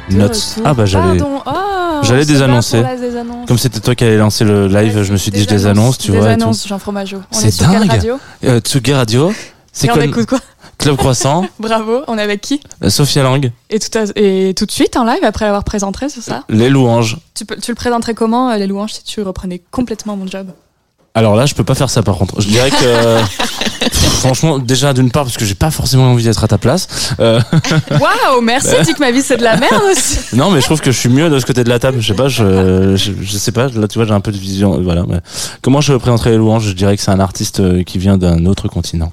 Notes. retour. Ah bah Pardon. j'allais désannoncer. Désannonce. Comme c'était toi qui allais lancer le live, je me suis dit je désannonce, tu vois. Désannonce, Jean Fromageau. On C'est est sur quelle dingue. radio? Tsugi Radio. C'est Et quoi on écoute quoi? Club Croissant. Bravo. On est avec qui? Sophia Lang. Et tout de suite en live après l'avoir présenté, c'est ça? Les louanges. Tu le présenterais comment, les louanges, si tu reprenais complètement mon job? Alors là, je peux pas faire ça par contre. Je dirais que franchement, déjà d'une part parce que j'ai pas forcément envie d'être à ta place. Waouh, merci, dis que ma vie c'est de la merde aussi. Non, mais je trouve que je suis mieux de ce côté de la table. Je sais pas, je sais pas. Là, tu vois, j'ai un peu de vision. Voilà. Mais comment je présenterais les louanges? Je dirais que c'est un artiste qui vient d'un autre continent.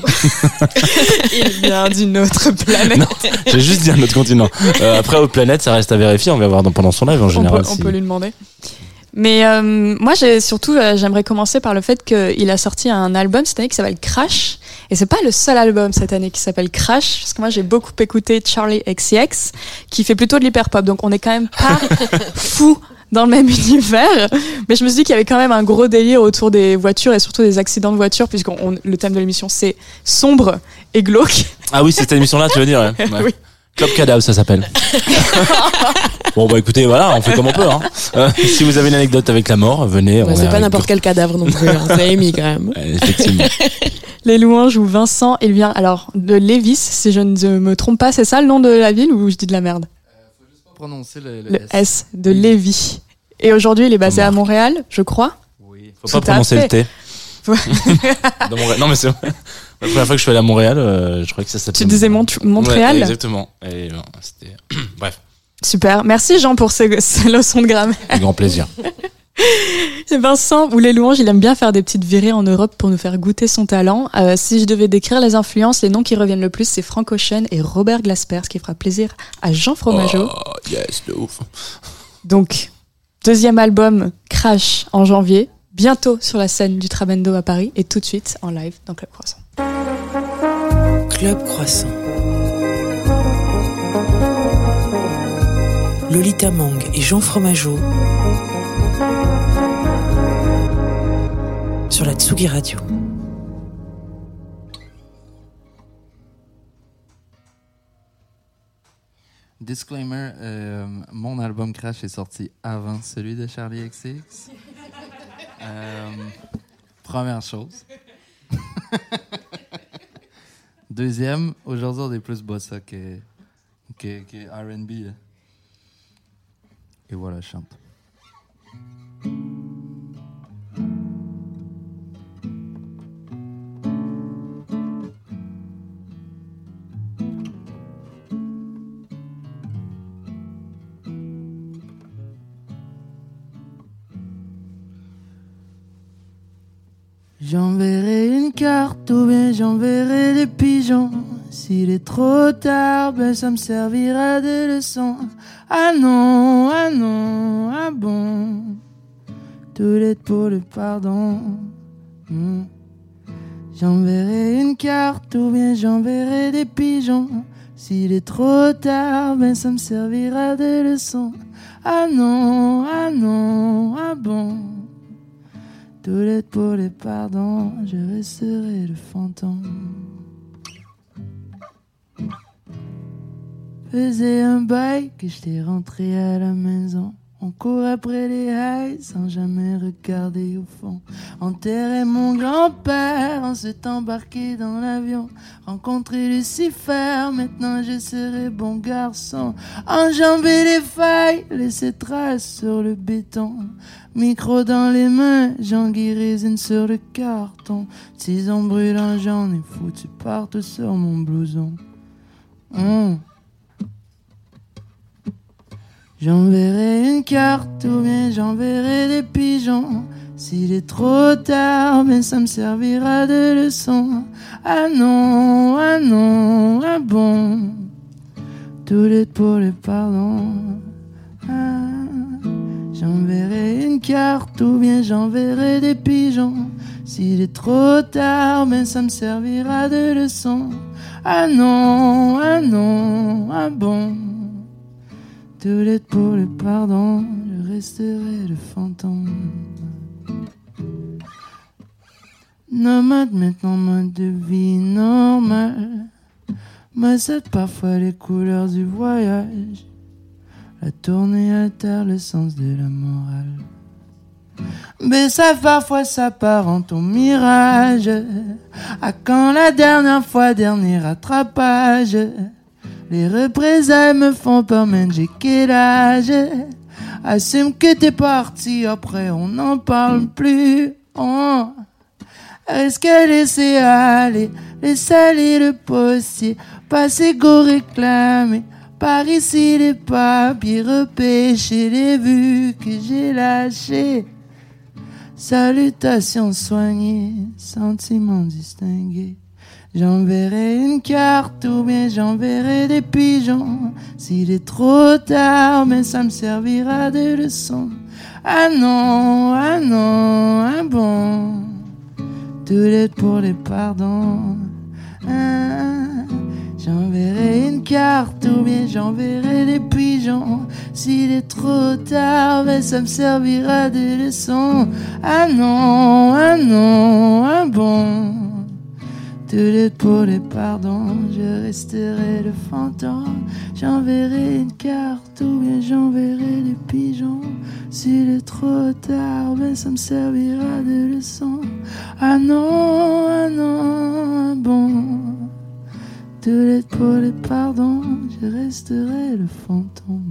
Il vient d'une autre planète. Non, j'ai juste dit un autre continent. Après, autre planète, ça reste à vérifier. On va voir pendant son live en général. On peut lui demander. Mais moi, j'aimerais commencer par le fait qu'il a sorti un album cette année qui s'appelle Crash. Et c'est pas le seul album cette année qui s'appelle Crash, parce que moi j'ai beaucoup écouté Charlie XCX, qui fait plutôt de l'hyperpop. Donc on est quand même pas fou dans le même univers. Mais je me suis dit qu'il y avait quand même un gros délire autour des voitures et surtout des accidents de voitures, puisque le thème de l'émission c'est sombre et glauque. Ah oui, c'est cette émission-là, tu veux dire? Ouais. Ouais. Oui. Club Cadavre, ça s'appelle. Bon, bah écoutez, voilà, on fait comme on peut. Hein. Si vous avez une anecdote avec la mort, venez. Ouais, c'est pas n'importe quel cadavre non plus. Hein. C'est Amy quand même. Effectivement. Les louanges où Vincent, il vient alors de Lévis, si je ne me trompe pas, c'est ça le nom de la ville ou je dis de la merde? Faut juste pas prononcer Le S de Lévis. Et aujourd'hui, il est basé à Montréal, je crois. Oui. Faut Tout pas prononcer à le T. Dans Montréal. Non, mais c'est vrai. La première fois que je suis allé à Montréal, je croyais que ça s'appelait. Tu disais Montréal? Ouais, exactement. Et bon, c'était. Bref. Super. Merci Jean pour ces leçons de grammaire. Avec grand plaisir. Et Vincent, ou les louanges, il aime bien faire des petites virées en Europe pour nous faire goûter son talent. Si je devais décrire les influences, les noms qui reviennent le plus, c'est Frank Ocean et Robert Glasper, ce qui fera plaisir à Jean Fromageau. Oh, yes, de ouf. Donc, deuxième album, Crash, en janvier. Bientôt sur la scène du Trabendo à Paris et tout de suite en live dans Club Croissant. Club Croissant. Lolita Mang et Jean Fromageau sur la Tsugi Radio. Disclaimer, mon album Crash est sorti avant celui de Charlie XCX. Première chose. Deuxième, aujourd'hui on est plus bossa que R&B. Et voilà, je chante. J'enverrai une carte ou bien j'enverrai des pigeons. S'il est trop tard, ben ça me servira de leçon. Ah non, ah non, ah bon. Tout est pour le pardon. J'enverrai une carte ou bien j'enverrai des pigeons. S'il est trop tard, ben ça me servira de leçon. Ah non, ah non, ah bon. Tout est pour les pardons, je resterai le fantôme. Faisais un bail que j'étais rentré à la maison. On court après les highs sans jamais regarder au fond. Enterrer mon grand-père, on s'est embarqué dans l'avion. Rencontrer Lucifer, maintenant je serai bon garçon. Enjamber les failles, laisser traces sur le béton. Micro dans les mains, j'anguille résine sur le carton. Tison brûlant, j'en ai foutu partout sur mon blouson. J'enverrai une carte ou bien j'enverrai des pigeons. S'il est trop tard, mais ça me servira de leçon. Ah non, ah non, ah bon. Tout est pour le pardon. Ah. J'enverrai une carte ou bien j'enverrai des pigeons. S'il est trop tard, mais ça me servira de leçon. Ah non, ah non, ah bon. Tout est pour le pardon, je resterai le fantôme. Nomade, maintenant mode de vie normal. M'accepte parfois les couleurs du voyage. la tournée altère le sens de la morale. Mais ça parfois s'apparente au mirage. À quand la dernière fois, dernier rattrapage? Les représailles me font peur, mais j'ai quel âge? Assume que t'es parti, après on n'en parle plus. Oh. Est-ce que laisser aller le postier, passer go réclamer, par ici les papiers, repêcher les vues que j'ai lâchées. Salutations soignées, sentiments distingués. J'enverrai une carte ou bien j'enverrai des pigeons. S'il est trop tard, mais ça me servira de leçon. Ah non, ah bon. Tout l'aide pour les pardons. Ah, j'enverrai une carte ou bien j'enverrai des pigeons. S'il est trop tard, mais ça me servira de leçon. Ah non, ah bon. Tout l'aide pour les pardons, je resterai le fantôme. J'enverrai une carte ou bien j'enverrai des pigeons. S'il est trop tard, ben ça me servira de leçon. Ah non, ah bon. Tout l'aide pour les pardons, je resterai le fantôme.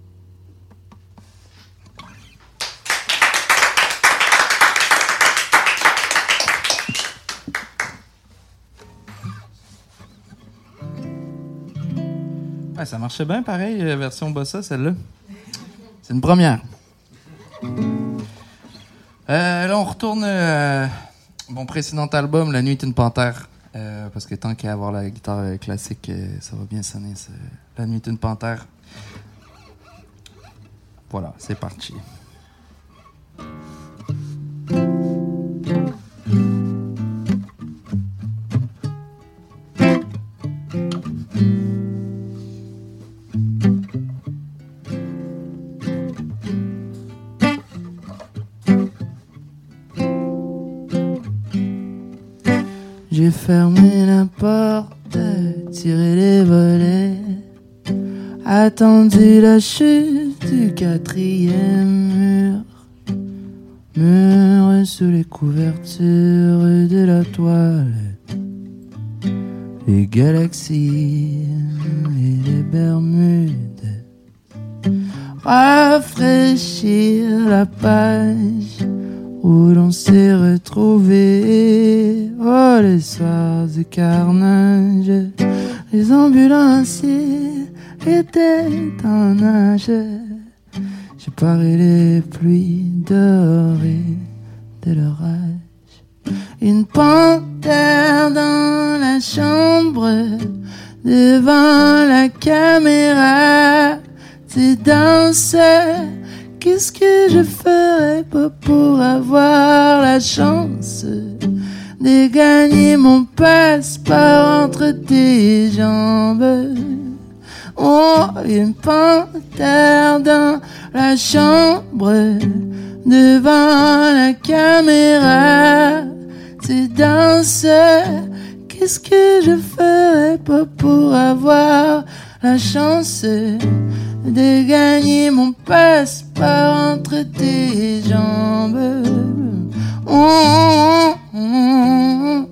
Ouais, ça marchait bien pareil, version bossa, celle-là. C'est une première. Là, on retourne mon précédent album, La Nuit est une panthère. Parce que tant qu'à avoir la guitare classique, ça va bien sonner. La Nuit est une panthère. Voilà, c'est parti. J'ai fermé la porte, tiré les volets, attendu la chute du 4e mur sous les couvertures de la toilette, les galaxies et les Bermudes, rafraîchir la page où l'on s'est retrouvé. Oh, les soirs du carnage, les ambulanciers étaient en nage. J'ai paré les pluies dorées de l'orage. Une panthère dans la chambre, devant la caméra. Tu danses. Qu'est-ce que je ferais pas pour avoir la chance de gagner mon passeport entre tes jambes? Oh, une panthère dans la chambre, devant la caméra. Tu danses. Qu'est-ce que je ferais pas pour avoir la chance de gagner mon passeport entre tes jambes? Oh, oh, oh.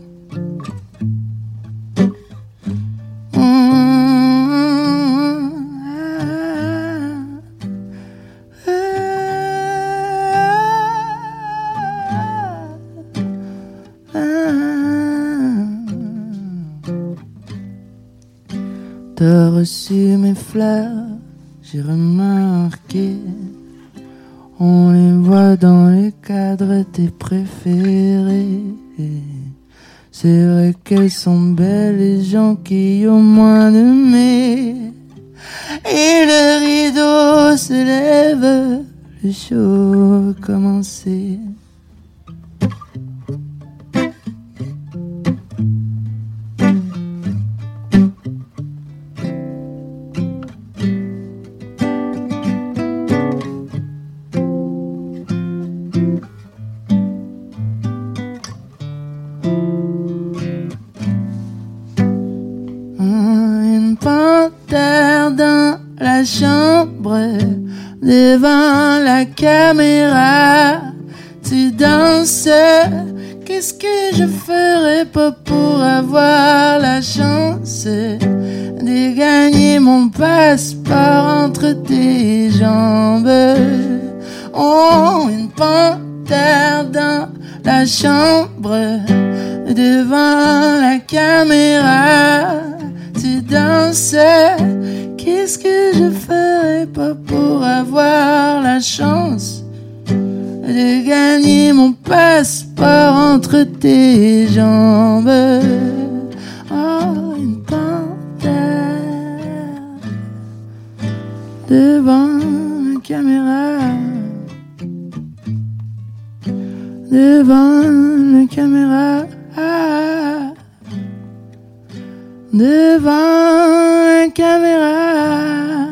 T'as reçu mes fleurs, j'ai remarqué. On les voit dans les cadres tes préférés. C'est vrai qu'elles sont belles, les gens qui ont moins de mais. Et le rideau se lève, le show a commencé. Une panthère dans la la chambre, devant la caméra, tu danses. Qu'est-ce que je ferais pas pour avoir la chance de gagner mon passeport entre tes jambes? Oh, une panthère dans la chambre, devant la caméra, tu danses. Qu'est-ce que je ferais pas pour avoir la chance de gagner mon passeport entre tes jambes? Oh, une panthère devant la caméra, devant la caméra, devant la caméra.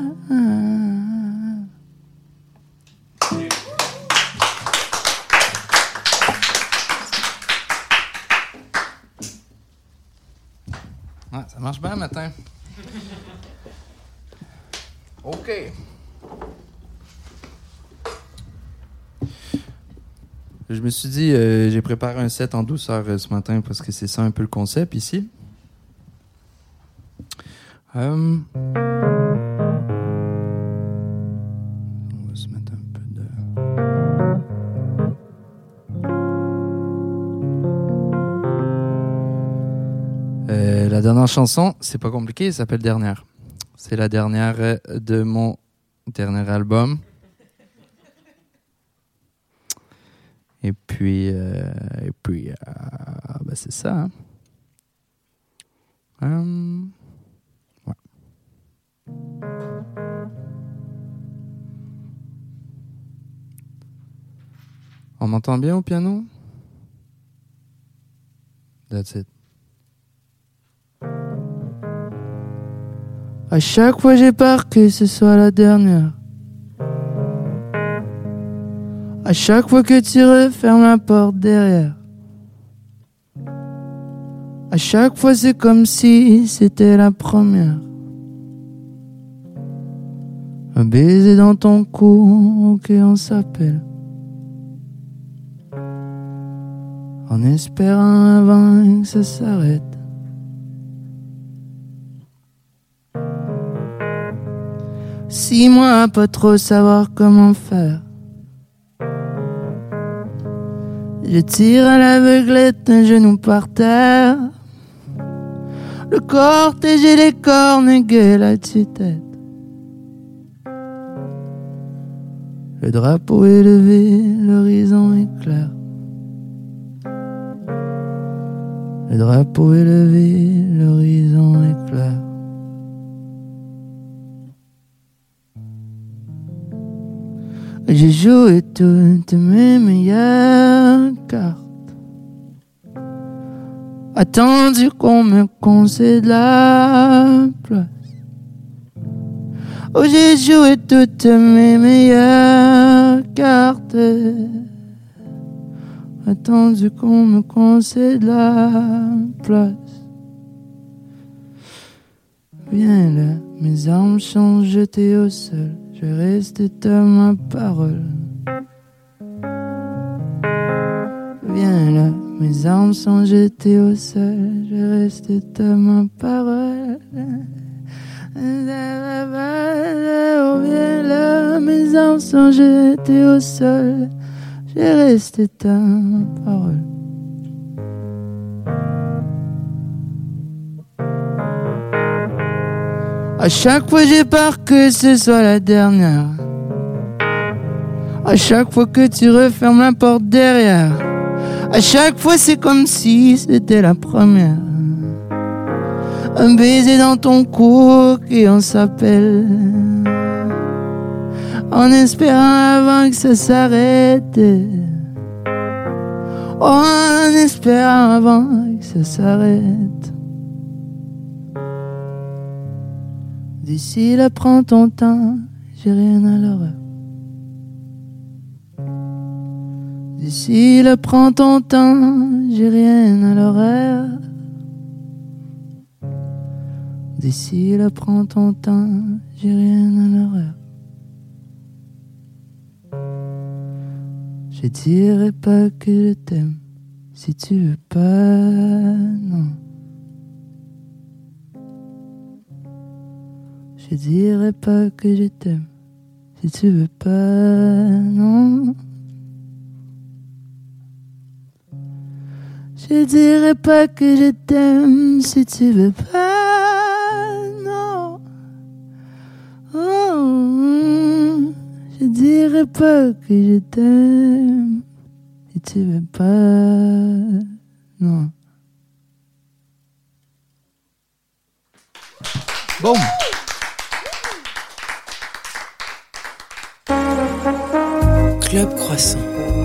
Ouais, ça marche bien le matin. OK. Je me suis dit, j'ai préparé un set en douceur ce matin parce que c'est ça un peu le concept ici. On va se mettre un peu de... La dernière chanson, c'est pas compliqué, elle s'appelle Dernière. C'est la dernière de mon dernier album. Et puis ben c'est ça. Hein? Ouais. On m'entend bien au piano? That's it. À chaque fois j'ai peur que ce soit la dernière. À chaque fois que tu refermes la porte derrière. À chaque fois c'est comme si c'était la première. Un baiser dans ton cou, ok on s'appelle. En espérant avant que ça s'arrête. Si moi à pas trop savoir comment faire. Je tire à l'aveuglette un genou par terre. Le cortège et les cornes gueulent à tue-tête. Le drapeau est levé, l'horizon est clair. Le drapeau est levé, l'horizon est clair. J'ai joué toutes mes meilleures cartes. Attendu qu'on me concède la place. Oh, j'ai joué toutes mes meilleures cartes. Attendu qu'on me concède la place. Viens là, mes armes sont jetées au sol. Je reste à ma parole. Viens là, mes armes sont jetées au sol. Je reste à ma parole. Oh, viens là, mes armes sont jetées au sol. Je reste à ma parole. À chaque fois j'ai peur que ce soit la dernière. À chaque fois que tu refermes la porte derrière. À chaque fois c'est comme si c'était la première. Un baiser dans ton cou et on s'appelle. En espérant avant que ça s'arrête. Oh, en espérant avant que ça s'arrête. D'ici là, prends ton temps, j'ai rien à l'heure. D'ici là, prends ton temps, j'ai rien à l'horaire. D'ici là, prends ton temps, j'ai rien à l'heure. Je dirais pas que je t'aime si tu veux pas, non. Je dirais pas que je t'aime si tu veux pas, non. Je dirais pas que je t'aime si tu veux pas, non. Oh, je dirais pas que je t'aime si tu veux pas, non. Bon. Club Croissant.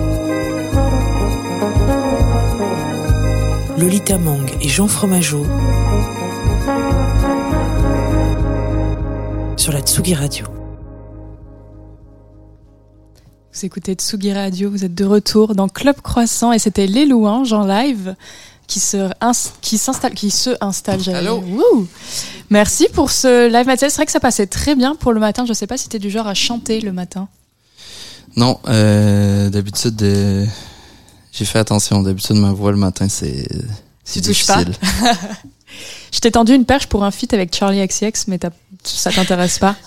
Lolita Mang et Jean Fromageau sur la Tsugi Radio. Vous écoutez Tsugi Radio, vous êtes de retour dans Club Croissant et c'était Les Louanges en live qui se installe. Allô? Wouh. Merci pour ce live matinal. C'est vrai que ça passait très bien pour le matin. Je sais pas si t'es du genre à chanter le matin. Non, d'habitude, j'ai fait attention. D'habitude, ma voix le matin, c'est difficile. Je t'ai tendu une perche pour un feat avec Charlie XCX, mais ça t'intéresse pas.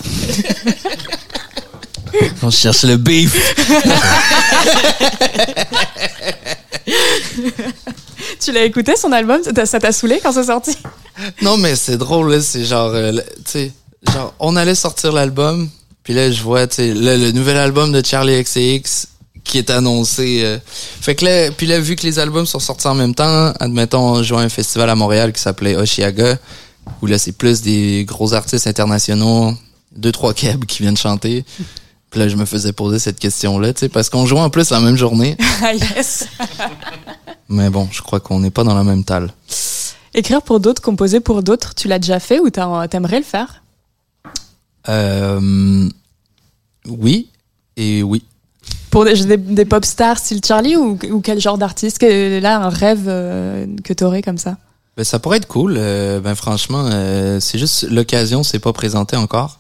On cherche le beef. Tu l'as écouté son album? Ça t'a saoulé quand c'est sorti? Non, mais c'est drôle, là. C'est genre, tu sais, genre, on allait sortir l'album, puis là, je vois, tu sais, le nouvel album de Charlie XCX qui est annoncé. Fait que là, puis là, vu que les albums sont sortis en même temps, admettons, on jouait à un festival à Montréal qui s'appelait Oshiaga, où là, c'est plus des gros artistes internationaux, 2-3 kebs qui viennent chanter. Puis là, je me faisais poser cette question-là, tu sais, parce qu'on jouait en plus la même journée. Ah yes! Mais bon, je crois qu'on n'est pas dans la même talle. Écrire pour d'autres, composer pour d'autres, tu l'as déjà fait ou t'aimerais le faire? Oui et oui. Pour des pop stars style Charlie ou quel genre d'artiste? Là, un rêve que t'aurais comme ça? Ben, ça pourrait être cool. Franchement, c'est juste l'occasion s'est pas présentée encore.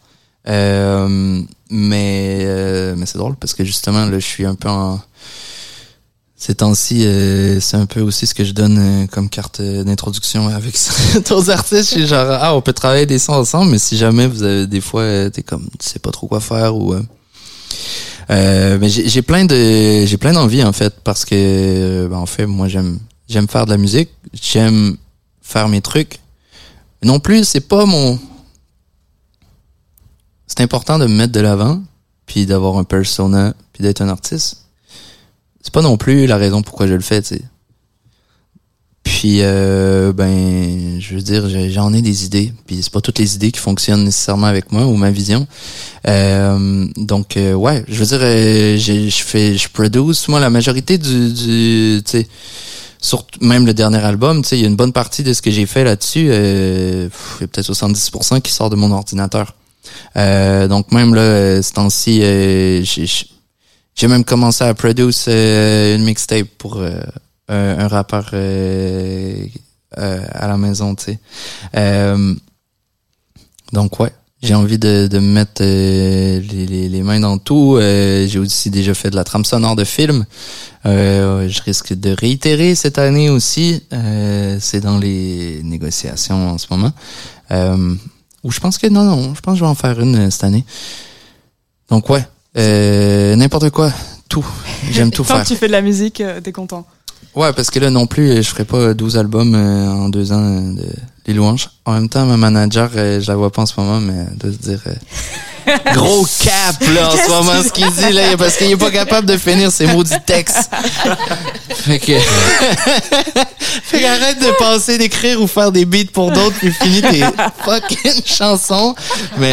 Mais c'est drôle parce que justement, là, je suis un peu en... Ces temps-ci, c'est un peu aussi ce que je donne comme carte d'introduction avec d'autres artistes. Je suis genre, on peut travailler des sons ensemble, mais si jamais vous avez des fois, t'es comme, tu sais pas trop quoi faire ou... mais j'ai plein d'envies en fait parce que en fait moi j'aime faire de la musique, j'aime faire mes trucs. Non plus, c'est important de me mettre de l'avant puis d'avoir un persona puis d'être un artiste. C'est pas non plus la raison pourquoi je le fais, tu sais. Puis je veux dire, j'en ai des idées, puis c'est pas toutes les idées qui fonctionnent nécessairement avec moi ou ma vision. Donc ouais, je veux dire, je produce moi la majorité du tu sais, surtout même le dernier album, tu sais, il y a une bonne partie de ce que j'ai fait là-dessus, il y a peut-être 70% qui sort de mon ordinateur. Donc même là, ce temps-ci, j'ai même commencé à produire une mixtape pour un rappeur à la maison, tu sais. Donc ouais, j'ai envie de me mettre les mains dans tout. J'ai aussi déjà fait de la trame sonore de films. Je risque de réitérer cette année aussi. C'est dans les négociations en ce moment. Ou je pense que non, je pense que je vais en faire une cette année. Donc ouais, n'importe quoi, tout. J'aime tout faire. Quand tu fais de la musique, t'es content. Ouais, parce que là non plus, je ferai pas 12 albums en 2 ans de Les Louanges. En même temps, ma manager, je la vois pas en ce moment, mais elle doit se dire gros cap là en ce moment ce qu'il dit là, parce qu'il est pas capable de finir ses maudits textes. Fait qu'arrête de penser d'écrire ou faire des beats pour d'autres puis finis tes fucking chansons. Mais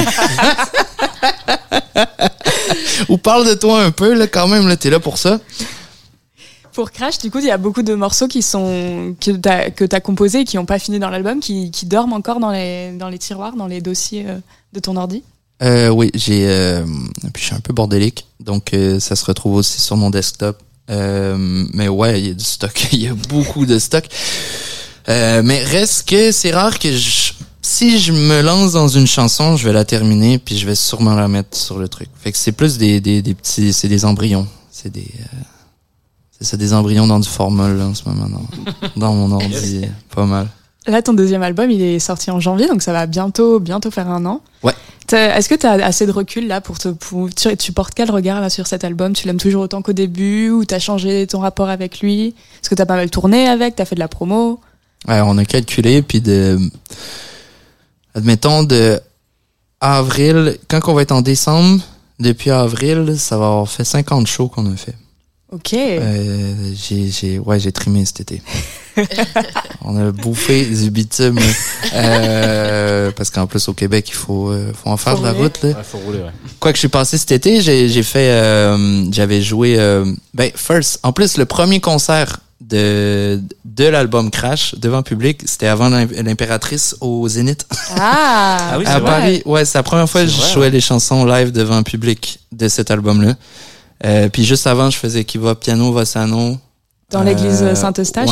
ou parle de toi un peu là quand même là, t'es là pour ça. Pour Crash, du coup, il y a beaucoup de morceaux que t'as composés et qui n'ont pas fini dans l'album, qui dorment encore dans les tiroirs, dans les dossiers de ton ordi. Oui, puis je suis un peu bordélique, donc ça se retrouve aussi sur mon desktop. Mais ouais, il y a du stock, il y a beaucoup de stock. Mais reste que c'est rare que si je me lance dans une chanson, je vais la terminer puis je vais sûrement la mettre sur le truc. Fait que c'est plus des petits, c'est des embryons. c'est des embryons dans du formol là, en ce moment dans mon ordi, pas mal. Là, ton deuxième album, il est sorti en janvier, donc ça va bientôt faire 1 an. Ouais. Est-ce que tu as assez de recul là tu portes quel regard là sur cet album? Tu l'aimes toujours autant qu'au début ou t'as changé ton rapport avec lui? Est-ce que t'as pas mal tourné avec? T'as fait de la promo? Ouais, on a calculé, puis admettons de avril, quand on va être en décembre, depuis avril, ça va avoir fait 50 shows qu'on a fait. Ok. J'ai trimé cet été. On a bouffé du bitume. Parce qu'en plus, au Québec, il faut en faire de la route, là. Ouais, faut rouler, ouais. Quoi que je suis passé cet été, j'avais joué, first, en plus, le premier concert de l'album Crash devant public, c'était avant l'Impératrice au Zénith. Ah oui, à c'est Paris. Ouais, c'est la première fois que je jouais les chansons live devant public de cet album-là. Puis juste avant, je faisais Kiva Piano Vassano. Dans l'église Saint-Eustache?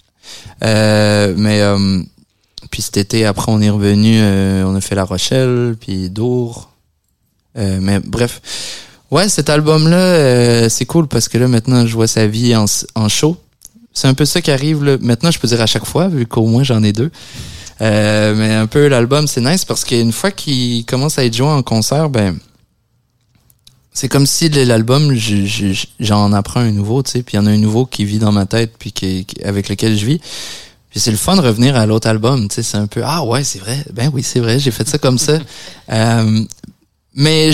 Ouais. Puis cet été, après, on est revenu, on a fait La Rochelle, puis Dour. Mais bref. Ouais, cet album-là, c'est cool parce que là, maintenant, je vois sa vie en show. C'est un peu ça qui arrive, là. Maintenant, je peux dire à chaque fois, vu qu'au moins j'en ai 2. Mais un peu, l'album, c'est nice parce qu'une fois qu'il commence à être joué en concert, c'est comme si l'album, j'en apprends un nouveau, tu sais, puis il y en a un nouveau qui vit dans ma tête, puis avec lequel je vis. Puis c'est le fun de revenir à l'autre album, tu sais, c'est un peu, ah ouais, c'est vrai, ben oui, c'est vrai, j'ai fait ça comme ça. Mais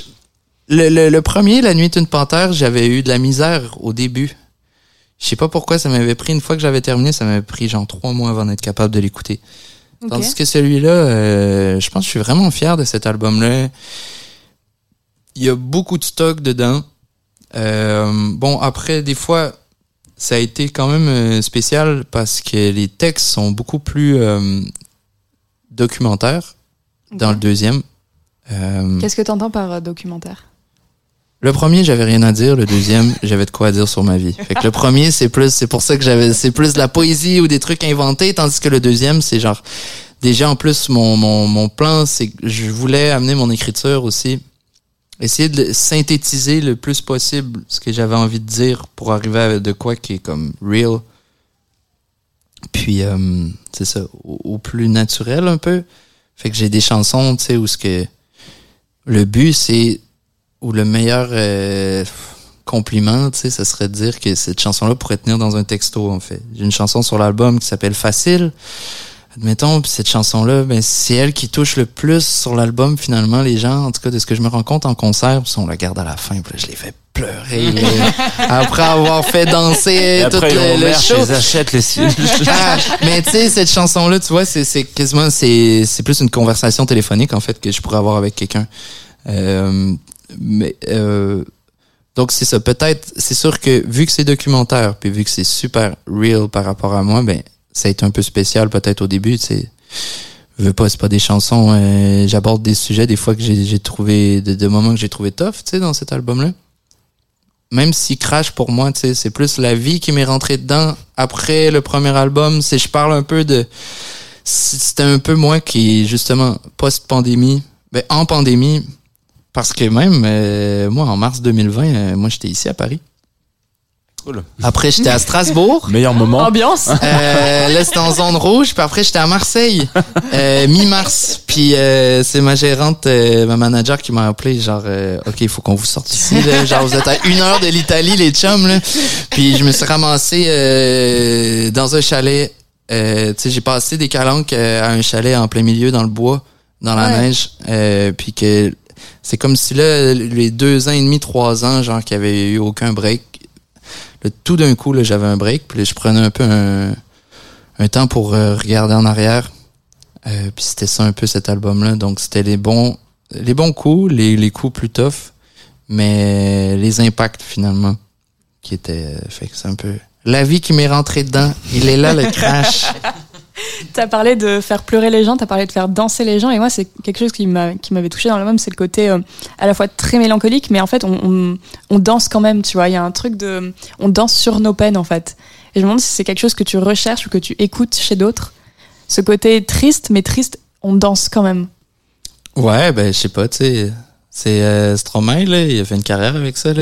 le premier, La Nuit est une panthère, j'avais eu de la misère au début. Je sais pas pourquoi, ça m'avait pris, une fois que j'avais terminé, ça m'avait pris genre 3 mois avant d'être capable de l'écouter. Okay. Tandis que celui-là, je pense que je suis vraiment fier de cet album-là. Il y a beaucoup de stock dedans. Bon, après, des fois, ça a été quand même spécial parce que les textes sont beaucoup plus documentaires dans le deuxième. Qu'est-ce que t'entends par documentaire? Le premier, j'avais rien à dire. Le deuxième, j'avais de quoi dire sur ma vie. Fait que le premier, c'est pour ça que c'est plus de la poésie ou des trucs inventés, tandis que le deuxième, c'est genre, déjà en plus, mon plan, c'est que je voulais amener mon écriture aussi. Essayer de synthétiser le plus possible ce que j'avais envie de dire pour arriver à de quoi qui est comme real. Puis, c'est ça, au plus naturel un peu. Fait que j'ai des chansons, tu sais, où le but, c'est, ou le meilleur compliment, tu sais, ça serait de dire que cette chanson-là pourrait tenir dans un texto, en fait. J'ai une chanson sur l'album qui s'appelle Facile. Admettons, puis cette chanson-là, c'est elle qui touche le plus sur l'album, finalement, les gens, en tout cas, de ce que je me rends compte en concert, puis on la garde à la fin, puis là, je les fais pleurer, après avoir fait danser tout le show. Je les achète, mais tu sais, cette chanson-là, tu vois, c'est quasiment, c'est plus une conversation téléphonique, en fait, que je pourrais avoir avec quelqu'un. Donc c'est ça, peut-être, c'est sûr que vu que c'est documentaire, puis vu que c'est super real par rapport à moi, ça a été un peu spécial peut-être au début, tu sais. Je veux pas, c'est pas des chansons, j'aborde des sujets des fois que j'ai trouvé, de moments que j'ai trouvé tough, tu sais, dans cet album-là. Même si Crash, pour moi, tu sais, c'est plus la vie qui m'est rentrée dedans. Après le premier album, je parle un peu c'était un peu moi qui, justement, post-pandémie, en pandémie, parce que même, moi, en mars 2020, moi, j'étais ici à Paris. Cool. Après, j'étais à Strasbourg. Meilleur moment. Ambiance. Là, c'était en zone rouge. Puis après, j'étais à Marseille, mi-mars. Puis c'est ma gérante, ma manager qui m'a appelé, genre, OK, il faut qu'on vous sorte ici. Là. Genre, vous êtes à 1 heure de l'Italie, les chums. Là. Puis je me suis ramassé dans un chalet. Tu sais, j'ai passé des calanques à un chalet en plein milieu, dans le bois, dans la neige. Puis que c'est comme si là, les 2 ans et demi, 3 ans, genre, qu'il n'y avait eu aucun break. Là, tout d'un coup, là, j'avais un break, puis là, je prenais un peu un temps pour regarder en arrière. Puis c'était ça un peu cet album-là. Donc c'était les bons coups, les coups plus tough, mais les impacts finalement qui étaient. Fait que c'est un peu la vie qui m'est rentrée dedans. Il est là le Crash. T'as parlé de faire pleurer les gens, t'as parlé de faire danser les gens, et moi c'est quelque chose qui m'avait touché dans l'album, c'est le côté à la fois très mélancolique, mais en fait on danse quand même, tu vois, il y a un truc on danse sur nos peines en fait. Et je me demande si c'est quelque chose que tu recherches ou que tu écoutes chez d'autres. Ce côté triste, mais triste, on danse quand même. Ouais, je sais pas, tu sais, C'est Stromae, là, il a fait une carrière avec ça, là.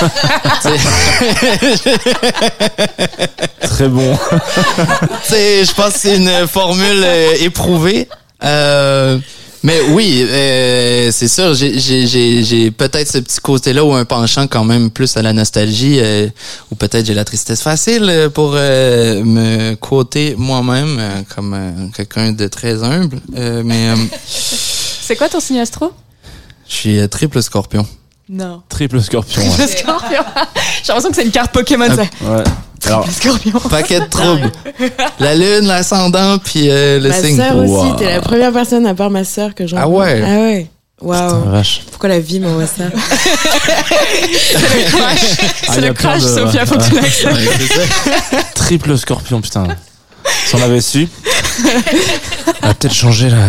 Très bon. Je pense que c'est une formule éprouvée. Mais oui, c'est sûr, j'ai peut-être ce petit côté-là ou un penchant quand même plus à la nostalgie, ou peut-être j'ai la tristesse facile pour me quoter moi-même comme quelqu'un de très humble. C'est quoi ton signe astro? Je suis triple scorpion. Non. Triple scorpion. Le scorpion. J'ai l'impression que c'est une carte Pokémon, ça. Ouais. Alors, Le scorpion. Paquet de troubles. La lune, l'ascendant, puis le Ma signe. sœur aussi, Wow. t'es la première personne à part ma sœur que j'en Ah ouais? Ah ouais. Waouh. vache. Pourquoi la vie m'envoie ça? Ah, C'est il y le a plein crash, de- Sophia, faut que tu l'acceptes. Ouais, c'est ça. Triple scorpion, putain. Si on avait su. On va peut-être changer la.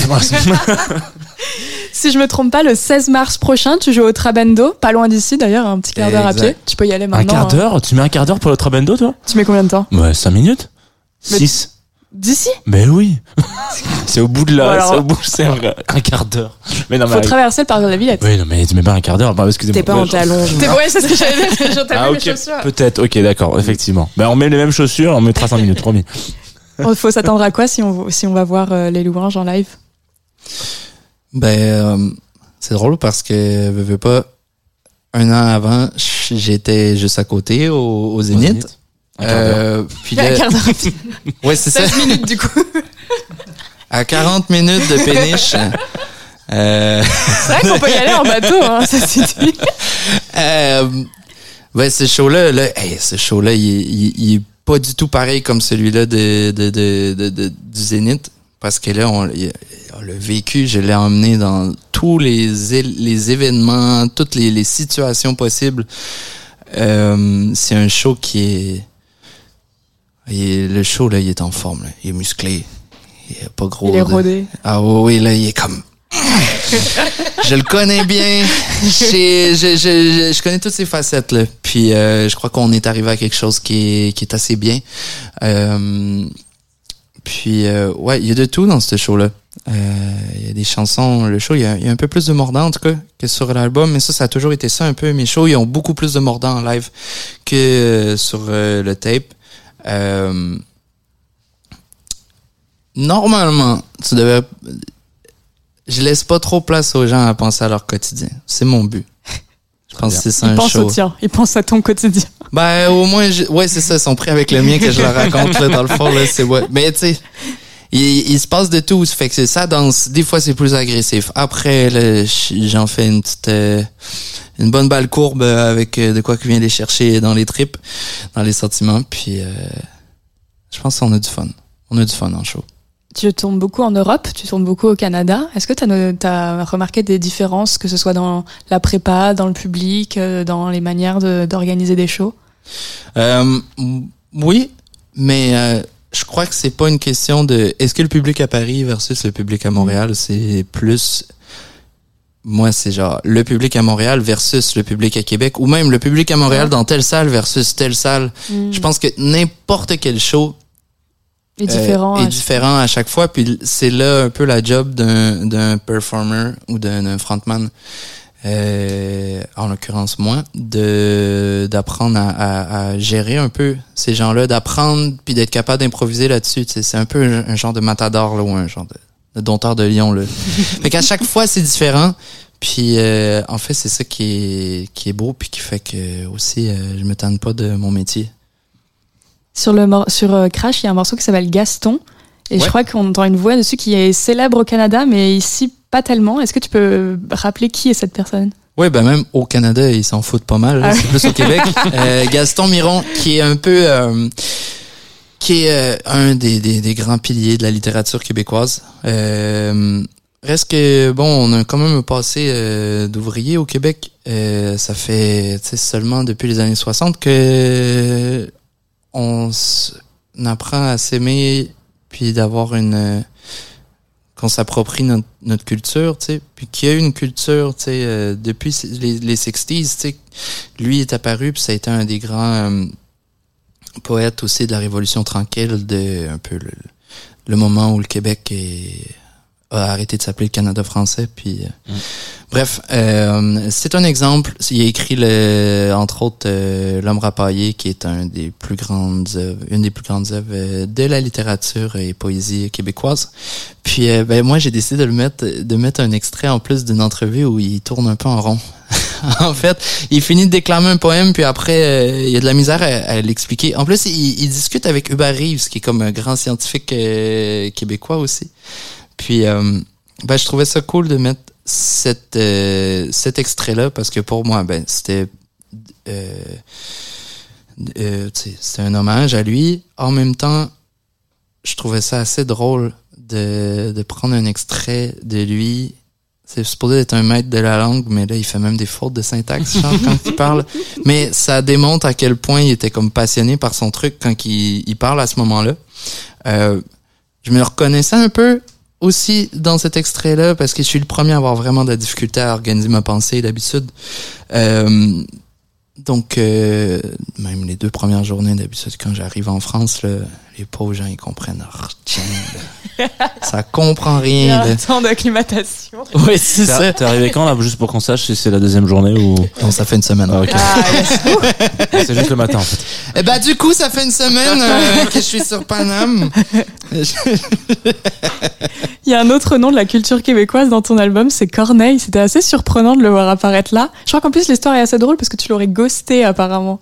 Si je me trompe pas, le 16 mars prochain, tu joues au Trabendo, pas loin d'ici d'ailleurs, un petit quart d'heure à Exact. pied. Tu peux y aller Un maintenant. quart d'heure? Tu mets un quart d'heure pour le Trabendo, toi? Tu mets combien de temps? Ouais, 5 minutes? Mais- 6. D'ici? Mais oui. C'est au bout de là, Bon, alors- c'est au bout, c'est un quart d'heure. Mais non, mais. Faut traverser le parc de la Villette. Oui, non, mais tu mets pas un quart d'heure. Bah, excusez-moi. T'es pas en talons. T'es ouais, c'est ce que j'allais dire. Je t'ai Ah, vu ok. mes chaussures. Peut-être, ok, d'accord, effectivement. Ben, on met les mêmes chaussures, on mettra 5 minutes, promis. Faut s'attendre à quoi si on va voir les louanges en live? C'est drôle parce que, veux pas, un an avant, j'étais juste à côté au Zénith. Un quart d'heure. Puis Un là, quart d'heure. ouais, c'est ça. 16 minutes du coup. À 40 minutes de péniche. C'est vrai qu'on peut y aller en bateau, hein, ça se dit. Ouais, ce show-là, il est pas du tout pareil comme celui-là du Zénith. Parce que là, on l'a vécu, je l'ai emmené dans tous les événements, toutes les situations possibles. C'est un show le show, là, il est en forme, là. Il est musclé. Il est pas gros. Il est rodé. Ah oui, là, il est comme... Je le connais bien. Je connais toutes ses facettes, là. Puis je crois qu'on est arrivé à quelque chose qui est assez bien. Puis ouais, il y a de tout dans ce show-là. Il y a des chansons, le show, il y a un peu plus de mordant en tout cas que sur l'album, mais ça a toujours été ça un peu. Mes shows, ils ont beaucoup plus de mordant en live que sur le tape. Normalement, je laisse pas trop place aux gens à penser à leur quotidien. C'est mon but. Je pense que c'est ça Il un pense show. au tien, il pense à ton quotidien. Ben, au moins, ouais, c'est ça, ils sont pris avec le mien que je leur raconte, là, dans le fond, là, c'est ouais. Mais, tu sais, il se passe de tout, ça fait que ça danse. Des fois, c'est plus agressif. Après, là, j'en fais une bonne balle courbe avec de quoi qui vient les chercher dans les tripes, dans les sentiments, puis je pense qu'on a du fun. On a du fun en show. Tu tournes beaucoup en Europe, tu tournes beaucoup au Canada. Est-ce que t'as remarqué des différences, que ce soit dans la prépa, dans le public, dans les manières d'organiser des shows? Oui, mais je crois que c'est pas une question de est-ce que le public à Paris versus le public à Montréal, c'est plus... Moi, c'est genre le public à Montréal versus le public à Québec, ou même le public à Montréal dans telle salle versus telle salle. Je pense que n'importe quel show est différent. est différent à chaque fois, puis c'est là un peu la job d'un performer ou d'un frontman, en l'occurrence moi, d'apprendre à gérer un peu ces gens-là, d'apprendre puis d'être capable d'improviser là-dessus. C'est un peu un genre de matador là, ou un genre de dompteur de lion là. Fait qu'à chaque fois c'est différent. Puis en fait c'est ça qui est beau puis qui fait que aussi je me tanne pas de mon métier. Sur Crash, il y a un morceau qui s'appelle Gaston. Et je Ouais. crois qu'on entend une voix dessus qui est célèbre au Canada, mais ici, pas tellement. Est-ce que tu peux rappeler qui est cette personne? Ouais, ben même au Canada, ils s'en foutent pas mal. Là. Ah C'est plus au Québec. Gaston Miron, qui est un peu... un des grands piliers de la littérature québécoise. Reste que, bon, on a quand même un passé d'ouvrier au Québec. Ça fait seulement depuis les années 60 que on apprend à s'aimer puis d'avoir qu'on s'approprie notre culture, tu sais, puis qu'il y a une culture, tu sais, depuis les 60s, tu sais, lui est apparu puis ça a été un des grands poètes aussi de la Révolution tranquille, de un peu le moment où le Québec a arrêté de s'appeler le Canada français. Puis bref, c'est un exemple. Il a écrit entre autres L'Homme rapaillé, qui est une des plus grandes œuvres de la littérature et poésie québécoise. Puis moi j'ai décidé de mettre un extrait en plus d'une entrevue où il tourne un peu en rond. En fait, il finit de déclamer un poème, puis après, il y a de la misère à l'expliquer. En plus, il discute avec Hubert Reeves, qui est comme un grand scientifique québécois aussi. Puis, je trouvais ça cool de mettre cet extrait-là, parce que pour moi, c'était un hommage à lui. En même temps, je trouvais ça assez drôle de prendre un extrait de lui. C'est supposé être un maître de la langue, mais là, il fait même des fautes de syntaxe, genre, quand il parle. Mais ça démontre à quel point il était comme passionné par son truc quand il parle à ce moment-là. Je me reconnaissais un peu aussi dans cet extrait-là, parce que je suis le premier à avoir vraiment de la difficulté à organiser ma pensée d'habitude. Donc, même les 2 premières journées d'habitude, quand j'arrive en France, là, les pauvres gens, ils comprennent rien. Ça comprend rien. Il y a un temps d'acclimatation. Oui, c'est ça. T'es arrivé quand, là, juste pour qu'on sache si c'est la 2e journée ou... Non, ça fait une semaine. Ah, okay. C'est juste le matin, en fait. Et du coup, ça fait une semaine que je suis sur Paname. Il y a un autre nom de la culture québécoise dans ton album, c'est Corneille. C'était assez surprenant de le voir apparaître là. Je crois qu'en plus, l'histoire est assez drôle parce que tu l'aurais ghosté, apparemment.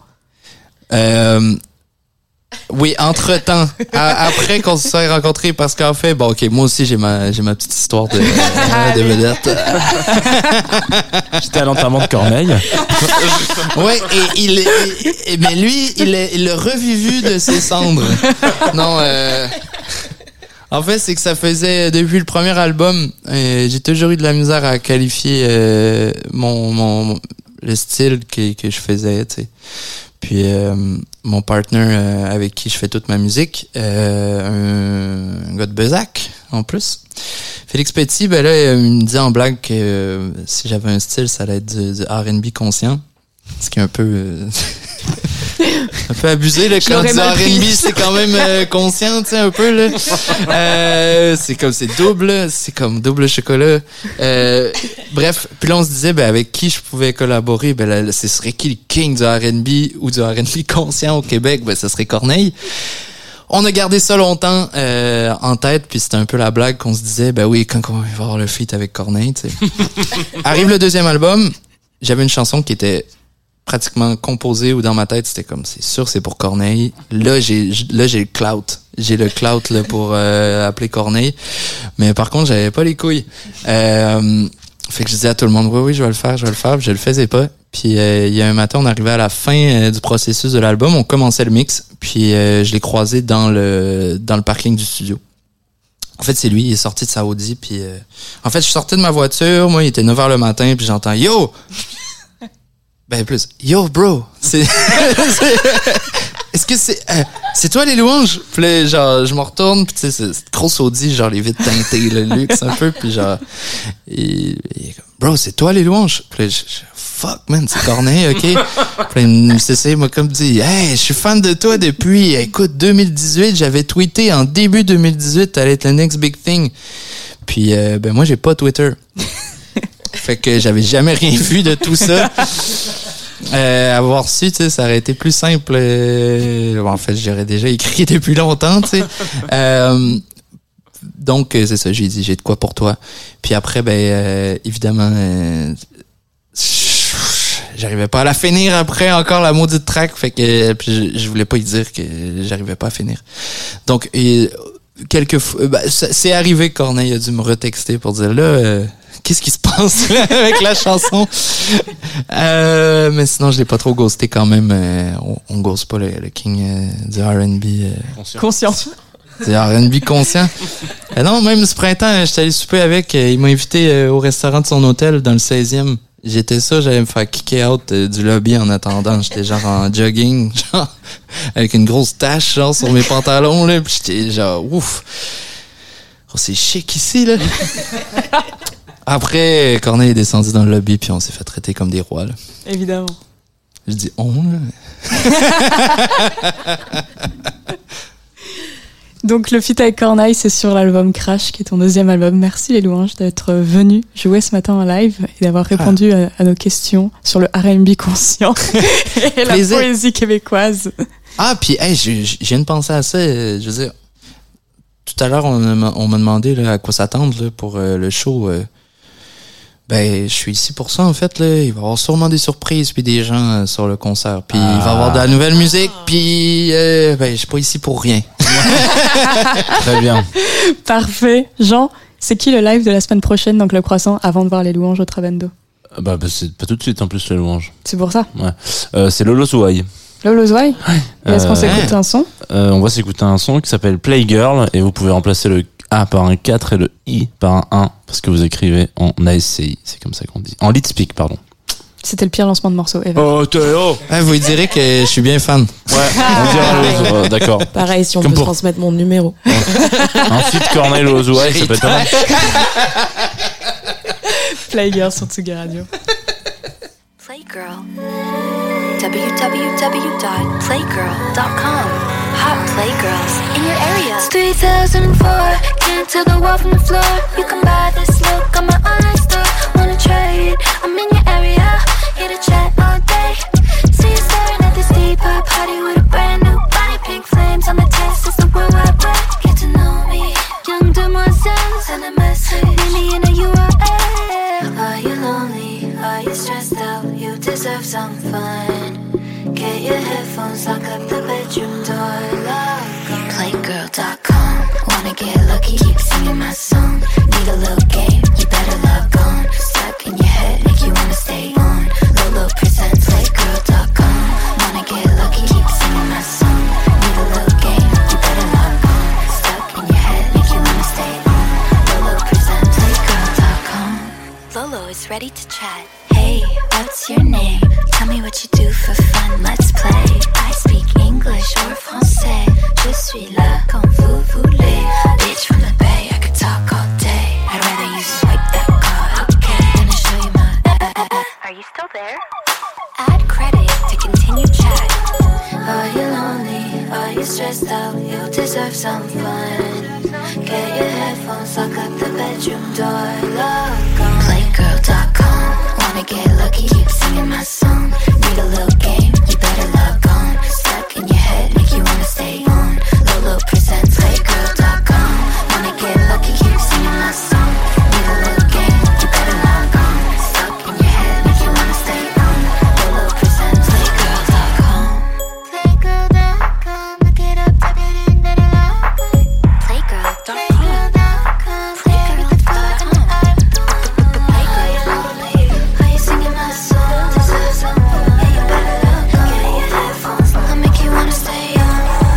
Oui, entre-temps. Après qu'on se soit rencontrés, parce qu'en fait, moi aussi, j'ai ma petite histoire de vedette. J'étais à l'enterrement de Corneille. Oui, mais lui, il l'a revivu de ses cendres. Non, en fait, c'est que ça faisait, depuis le premier album, j'ai toujours eu de la misère à qualifier le style que je faisais, tu sais. Puis mon partner avec qui je fais toute ma musique, un gars de Bezac en plus, Félix Petit, là, il me disait en blague que si j'avais un style, ça allait être du R&B conscient, ce qui est un peu abusé là, quand du R&B c'est quand même conscient, tu sais, un peu là. C'est double, là, c'est comme double chocolat. Bref, puis là on se disait avec qui je pouvais collaborer, là, ce serait qui le king du R&B ou du R&B conscient au Québec, ce serait Corneille. On a gardé ça longtemps en tête, puis c'était un peu la blague qu'on se disait, oui, quand on va avoir le feat avec Corneille, tu sais. Arrive le 2e album, j'avais une chanson qui était pratiquement composé, ou dans ma tête c'était comme c'est sûr c'est pour Corneille. Là j'ai le clout. J'ai le clout là pour appeler Corneille. Mais par contre, j'avais pas les couilles. Fait que je disais à tout le monde oui, je vais le faire, puis je le faisais pas. Puis il y a un matin, on arrivait à la fin du processus de l'album, on commençait le mix, puis je l'ai croisé dans le parking du studio. En fait, c'est lui, il est sorti de sa Audi, puis en fait, je sortais de ma voiture, moi il était 9h le matin, puis j'entends yo. Plus, yo bro, est-ce que c'est toi les louanges? Puis là, genre, je me retourne, puis tu sais, c'est grosse Audi, genre les vitres teintées, le luxe un peu, puis genre, il est comme, bro, c'est toi les louanges? Puis là, fuck man, c'est Corneille, ok? Puis là, il m'a comme dit, hey, je suis fan de toi depuis, écoute, 2018, j'avais tweeté en début 2018, t'allais être le next big thing. Puis moi j'ai pas Twitter. Fait que j'avais jamais rien vu de tout ça. Avoir su, tu sais, ça aurait été plus simple. En fait, j'aurais déjà écrit depuis longtemps, tu sais. Donc, c'est ça, j'ai dit, j'ai de quoi pour toi. Puis après, évidemment, j'arrivais pas à la finir après, encore la maudite track. Fait que puis je voulais pas y dire que j'arrivais pas à finir. Donc, quelques fois, c'est arrivé que Corneille a dû me retexter pour dire, là... qu'est-ce qui se passe là, avec la chanson? Mais sinon, je l'ai pas trop ghosté quand même. On ghost pas le king du R&B. Conscient. Du R&B conscient. Non, même ce printemps, j'étais allé souper avec. Il m'a invité au restaurant de son hôtel dans le 16e. J'étais ça, j'allais me faire kicker out du lobby en attendant. J'étais genre en jogging, genre avec une grosse tache genre sur mes pantalons. Là, puis j'étais genre, ouf. Oh, c'est chic ici, là. Après, Corneille est descendu dans le lobby, puis on s'est fait traiter comme des rois, là. Évidemment. Je dis on, là. Donc le feat avec Corneille, c'est sur l'album Crash, qui est ton deuxième album. Merci les louanges d'être venu jouer ce matin en live et d'avoir répondu à nos questions sur le R&B conscient et la Plaisir. poésie québécoise. Ah, puis hey, je viens de penser à ça. Je veux dire, tout à l'heure, on m'a demandé là, à quoi s'attendre là, pour le show. Ben, je suis ici pour ça, en fait. Là. Il va y avoir sûrement des surprises puis des gens sur le concert. Puis il va y avoir de la nouvelle musique. Puis, ben, je suis pas ici pour rien. Très bien. Parfait. Jean, c'est qui le live de la semaine prochaine, donc le Croissant, avant de voir les louanges au Trabendo? Bah, c'est pas tout de suite en plus les louanges. C'est pour ça. C'est Lolo Zouaï. Lolo Zouaï? Est-ce qu'on s'écoute un son? On va s'écouter un son qui s'appelle Playgirl et vous pouvez remplacer le A par un 4 et le I par un 1 parce que vous écrivez en ASCI, c'est comme ça qu'on dit. En lead speak, pardon. C'était le pire lancement de morceau ever. Oh, Théo! Vous lui direz que je suis bien fan. Ouais, on dira Lolo, d'accord. Pareil, si on Comme peut pour- transmettre mon numéro. Un feat Corneille Lolo Zouaï, ça peut être pas mal. Playgirl sur Tsugi Radio. Playgirl. www.playgirl.com. Hot playgirls in your area. It's 3004, can't tell the wall from the floor. You can buy this look on my online store. Wanna trade? I'm in your area, here to chat all day. See you staring at this deeper party with a brand new body. Pink flames on the test, it's the world wide web. Get to know me, young demoiselles and a message. Meet me in a URL. Are you lonely? Are you stressed out? You deserve some fun. Get your headphones, lock up the bedroom door, log on Playgirl.com. Wanna get lucky, keep singing my song. Need a little game, you better log on. Stuck in your head, make you wanna stay on. Lolo presents Playgirl.com. Wanna get lucky, keep singing my song. Need a little game, you better log on. Stuck in your head, make you wanna stay on. Lolo presents Playgirl.com. Lolo is ready to chat. Hey, what's your name? Tell me what you do for fun, let's play. I speak English or français. Je suis là quand vous voulez. Bitch from the bay, I could talk all day. I'd rather you swipe that card, okay? Gonna show you my Are you still there? add credit to continue chat. Are you lonely? Are you stressed out? You deserve some fun. Get your headphones, lock up the bedroom door, log on Playgirl.com. Wanna get lucky, keep singing my song. Need a little game, you better log on. Stuck in your head, make you wanna stay on. Lolo presents Playgirl.com. Wanna get lucky, keep singing my song. Need a little game, you better log on. Stuck in your head, make you wanna stay on. Lolo presents Playgirl.com. Playgirl.com, look it up, type it in, better log on. Playgirl.com. Playgirl.com, Playgirl.com. Are you lonely? Are you singing my song? Deserve some fun. Yeah, you better log on. Get your headphones, I'll make you wanna stay on.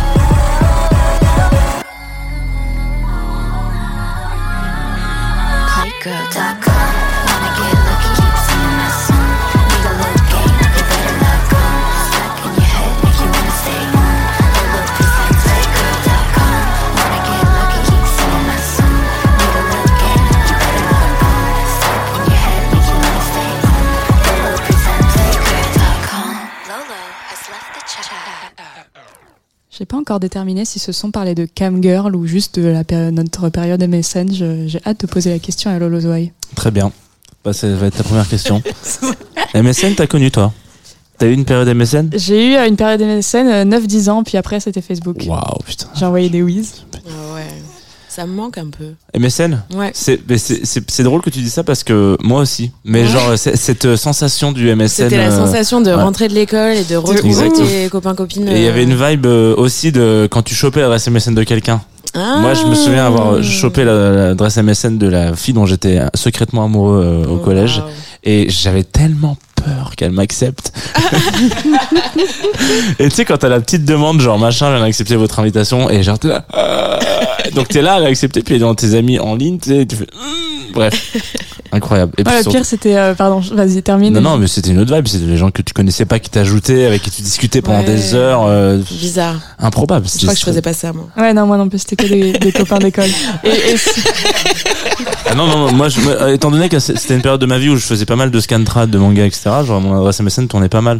Playgirl.com. Wanna get lucky, keep singing my song. Need a little game, you better log on. Stuck in your head, make you wanna stay on. Lolo presents Playgirl.com. Wanna get lucky, keep singing my song. Need a little game, you better log on. Stuck in your head, make you wanna stay on. Lolo presents Playgirl.com. Lolo has left the chat. J'ai pas encore déterminé si ce son parlait de Cam Girl ou juste de notre période MSN. J'ai hâte de poser la question à Lolo Zouaï. Très bien. Bah, ça va être ta première question. MSN, t'as connu toi? T'as eu une période MSN? J'ai eu une période MSN 9-10 ans, puis après c'était Facebook. Waouh, putain. J'ai envoyé des whiz. Ah ouais. Ça me manque un peu. MSN? Ouais. C'est drôle que tu dis ça parce que moi aussi. Mais Ouais. genre, cette sensation du MSN. C'était la sensation de ouais. rentrer de l'école et de retrouver Exactement. tes copains-copines. Et il y avait une vibe aussi de quand tu chopais l'adresse MSN de quelqu'un. Ah. Moi, je me souviens avoir chopé l'adresse MSN de la fille dont j'étais secrètement amoureux au collège. Wow. Et j'avais tellement peur qu'elle m'accepte. Et tu sais, quand t'as la petite demande, genre machin, je viens d'accepter votre invitation, et genre t'es là. Donc t'es là, elle a accepté, puis elle est dans tes amis en ligne, tu sais, et tu fais. Bref. Incroyable. Et puis Ouais, le surtout- pire c'était. Pardon, vas-y, termine. Non, mais c'était une autre vibe. C'était les gens que tu connaissais pas qui t'ajoutaient, avec qui tu discutais pendant Ouais. des heures. Bizarre. Improbable. Je crois que je faisais pas ça, moi. Ouais, non, moi non plus, c'était que des copains d'école. Et Ah non, moi, étant donné que c'était une période de ma vie où je faisais pas mal de scantrad, de manga, etc., genre mon adresse MSN tournait pas mal.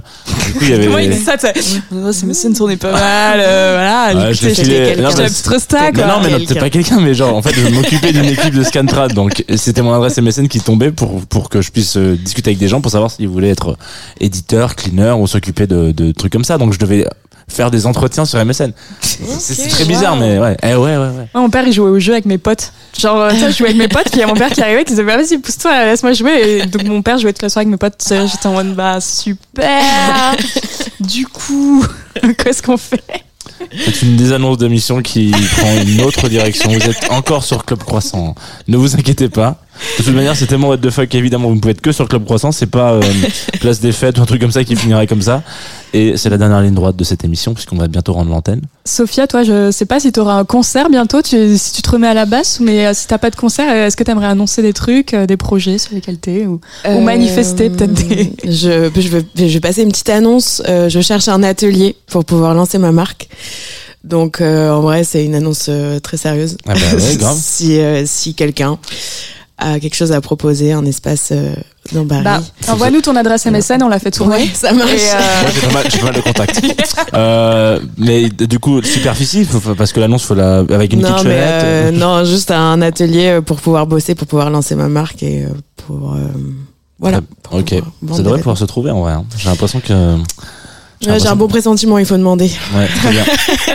Du coup, il y avait. Comment il dit ça, ces mécènes tournaient pas mal, voilà. Ouais, Écoutez, je l'ai filé. Non, j'étais un petit resta, quoi. Non, mais non, t'es pas quelqu'un, mais genre, en fait, je m'occupais d'une équipe de Scantrad, donc c'était mon adresse MSN qui tombait pour que je puisse discuter avec des gens pour savoir s'ils voulaient être éditeur, cleaner ou s'occuper de trucs comme ça. Donc je devais faire des entretiens sur MSN. C'est très bizarre, mais ouais. Ouais. Moi, mon père, il jouait au jeu avec mes potes. Genre, tu sais, je jouais avec mes potes, puis il y a mon père qui arrivait, qui disait, bah, vas-y, pousse-toi, laisse-moi jouer. Et donc, mon père jouait toute la soirée avec mes potes. J'étais en mode, bah, super. Du coup, qu'est-ce qu'on fait? C'est une désannonce d'émission qui prend une autre direction. Vous êtes encore sur Club Croissant. Ne vous inquiétez pas. De toute manière, c'est tellement what the fuck, évidemment, vous ne pouvez être que sur Club Croissant. C'est pas Place des Fêtes ou un truc comme ça qui finirait comme ça. Et c'est la dernière ligne droite de cette émission, puisqu'on va bientôt rendre l'antenne. Sophia, toi, je sais pas si tu auras un concert bientôt, si tu te remets à la basse, mais si t'as pas de concert, est-ce que tu aimerais annoncer des trucs, des projets sur lesquels t'es, ou manifester peut-être des... Je vais passer une petite annonce. Je cherche un atelier pour pouvoir lancer ma marque. Donc, en vrai, c'est une annonce très sérieuse. Ah bah ouais, grave. Si quelqu'un a quelque chose à proposer, un espace dans Paris. Bah, envoie-nous ton adresse MSN, on la fait tourner. Ouais, ça marche. Moi, j'ai pas mal de contacts. Mais du coup, superficie, parce que l'annonce, avec une kitchenette. Non, juste un atelier pour pouvoir bosser, pour pouvoir lancer ma marque et pour voilà. Ok. Ça devrait pouvoir se trouver en vrai. Hein. J'ai l'impression que. J'ai un bon pressentiment, il faut demander. Ouais, très bien.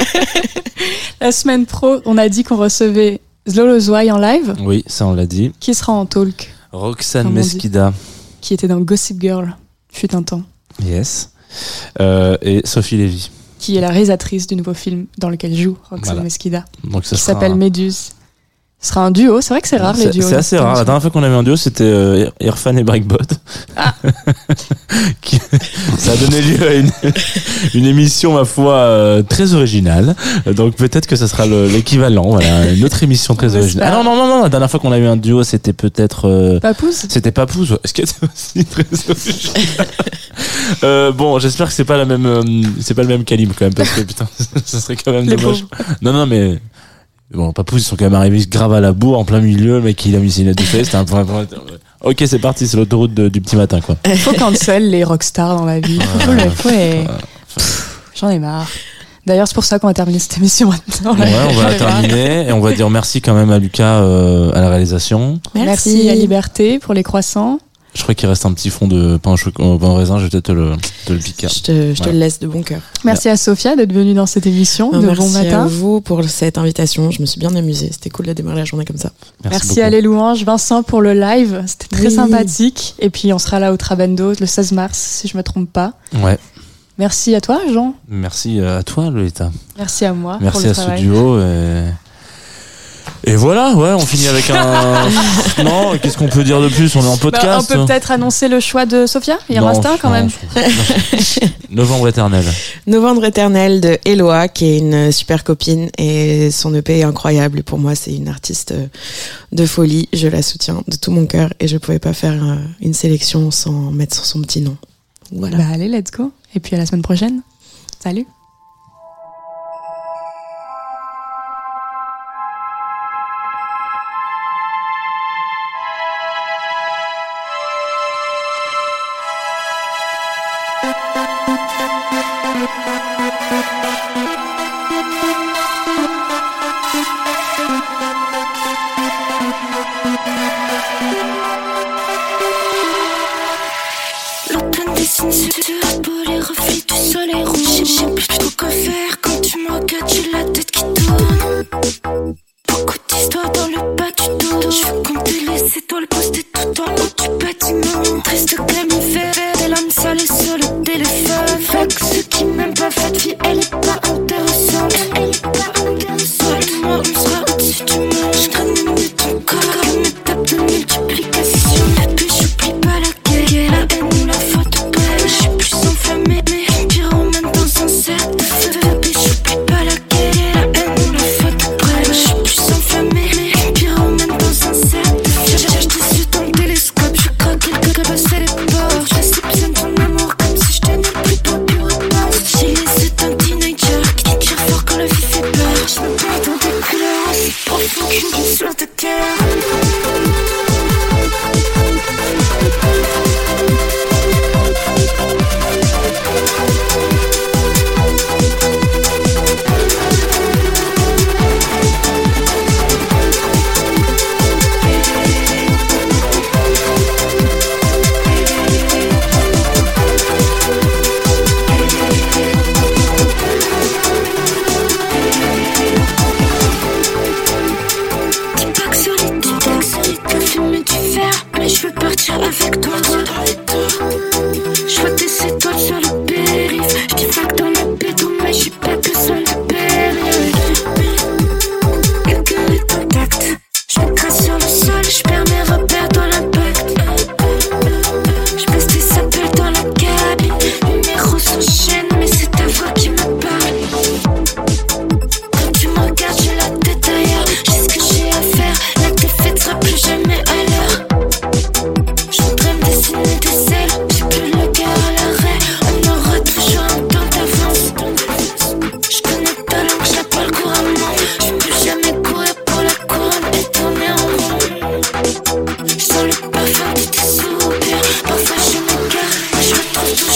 La semaine pro, on a dit qu'on recevait Lolo Zouaï en live. Oui, ça on l'a dit. Qui sera en talk? Roxane Mesquida. Qui était dans Gossip Girl, fut un temps. Yes. Et Sophie Lévy. Qui est la réalisatrice du nouveau film dans lequel joue Roxane Mesquida. Donc ça qui s'appelle Méduse. Ce sera un duo, c'est vrai que c'est rare les duos. C'est assez rare. La dernière fois qu'on a eu un duo, c'était Irfan et Breakbot. Ah. Ça a donné lieu à une émission, ma foi, très originale. Donc peut-être que ça sera l'équivalent. Voilà, une autre émission très originale. Ah non. La dernière fois qu'on a eu un duo, c'était peut-être. Papouze. C'était Papouze. Est-ce qu'elle était aussi très originale? Bon, j'espère que c'est pas le même calibre quand même, parce que putain, ça serait quand même dommage. Non, mais. Bon, Papouze, ils sont quand même arrivés grave à la bourre, en plein milieu, le mec, il a mis ses lunettes de fait, c'était un point. Ok, c'est parti, c'est l'autoroute du petit matin, quoi. Faut cancel les rockstars dans la vie. J'en ai marre. D'ailleurs, c'est pour ça qu'on va terminer cette émission maintenant. Ouais, on va la terminer, et on va dire merci quand même à Lucas, à la réalisation. Merci à Liberté pour les croissants. Je crois qu'il reste un petit fond de pain au raisin, je vais peut-être te le piquer. Je te le laisse de bon cœur. Merci à Sophia d'être venue dans cette émission. Bon matin. Merci à vous pour cette invitation. Je me suis bien amusée. C'était cool de démarrer la journée comme ça. Merci à les louanges, Vincent pour le live. C'était très sympathique. Et puis on sera là au Trabendo le 16 mars, si je me trompe pas. Ouais. Merci à toi, Jean. Merci à toi, Lolita. Merci à moi. Merci pour le à travail. ce duo. Et voilà, ouais, on finit avec un. Non, qu'est-ce qu'on peut dire de plus? On est en podcast. On peut peut-être annoncer le choix de Sophia. Il en reste un quand même. Novembre éternel. Novembre éternel de Eloa, qui est une super copine, et son EP est incroyable. Et pour moi, c'est une artiste de folie. Je la soutiens de tout mon cœur et je pouvais pas faire une sélection sans mettre sur son petit nom. Voilà. Bah allez, let's go. Et puis à la semaine prochaine. Salut. L'automne dessine sur ta peau les reflets du soleil rouge. Je sais plus trop quoi faire quand tu me regardes, j'ai la tête qui tourne. Beaucoup d'histoires dans le bas du dos. Je veux compter les étoiles postées tout en haut du bâtiment. Triste comme hiver, des larmes salées sur le téléphone. Fuck ceux qui m'aiment pas, cette fille elle est pas intéressante. Elle est pas intéressante. Moi on sera au-dessus du monde. Je traîne de ton corps comme une table de multiplication. Depuis j'oublie pas la guerre, la haine ou la faute bref. Je suis plus enflammée, mais pyromane dans un cercle de feu. Depuis j'oublie pas la guerre, la haine ou la faute bref. Je suis plus enflammée, mais pyromane dans un cercle de feu.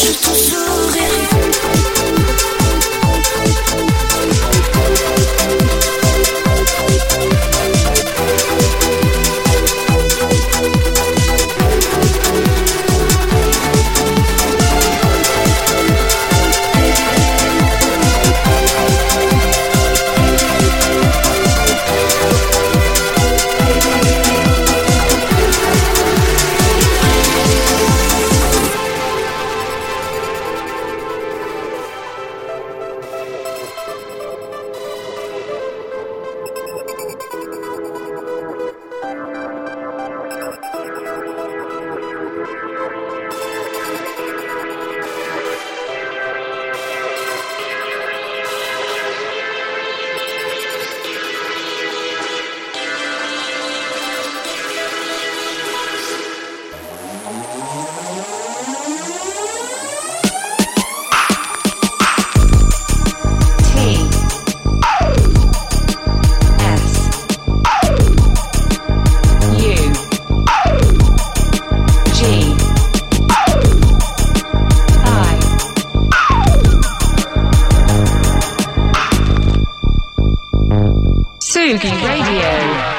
sur ton sourire. Sugi Radio.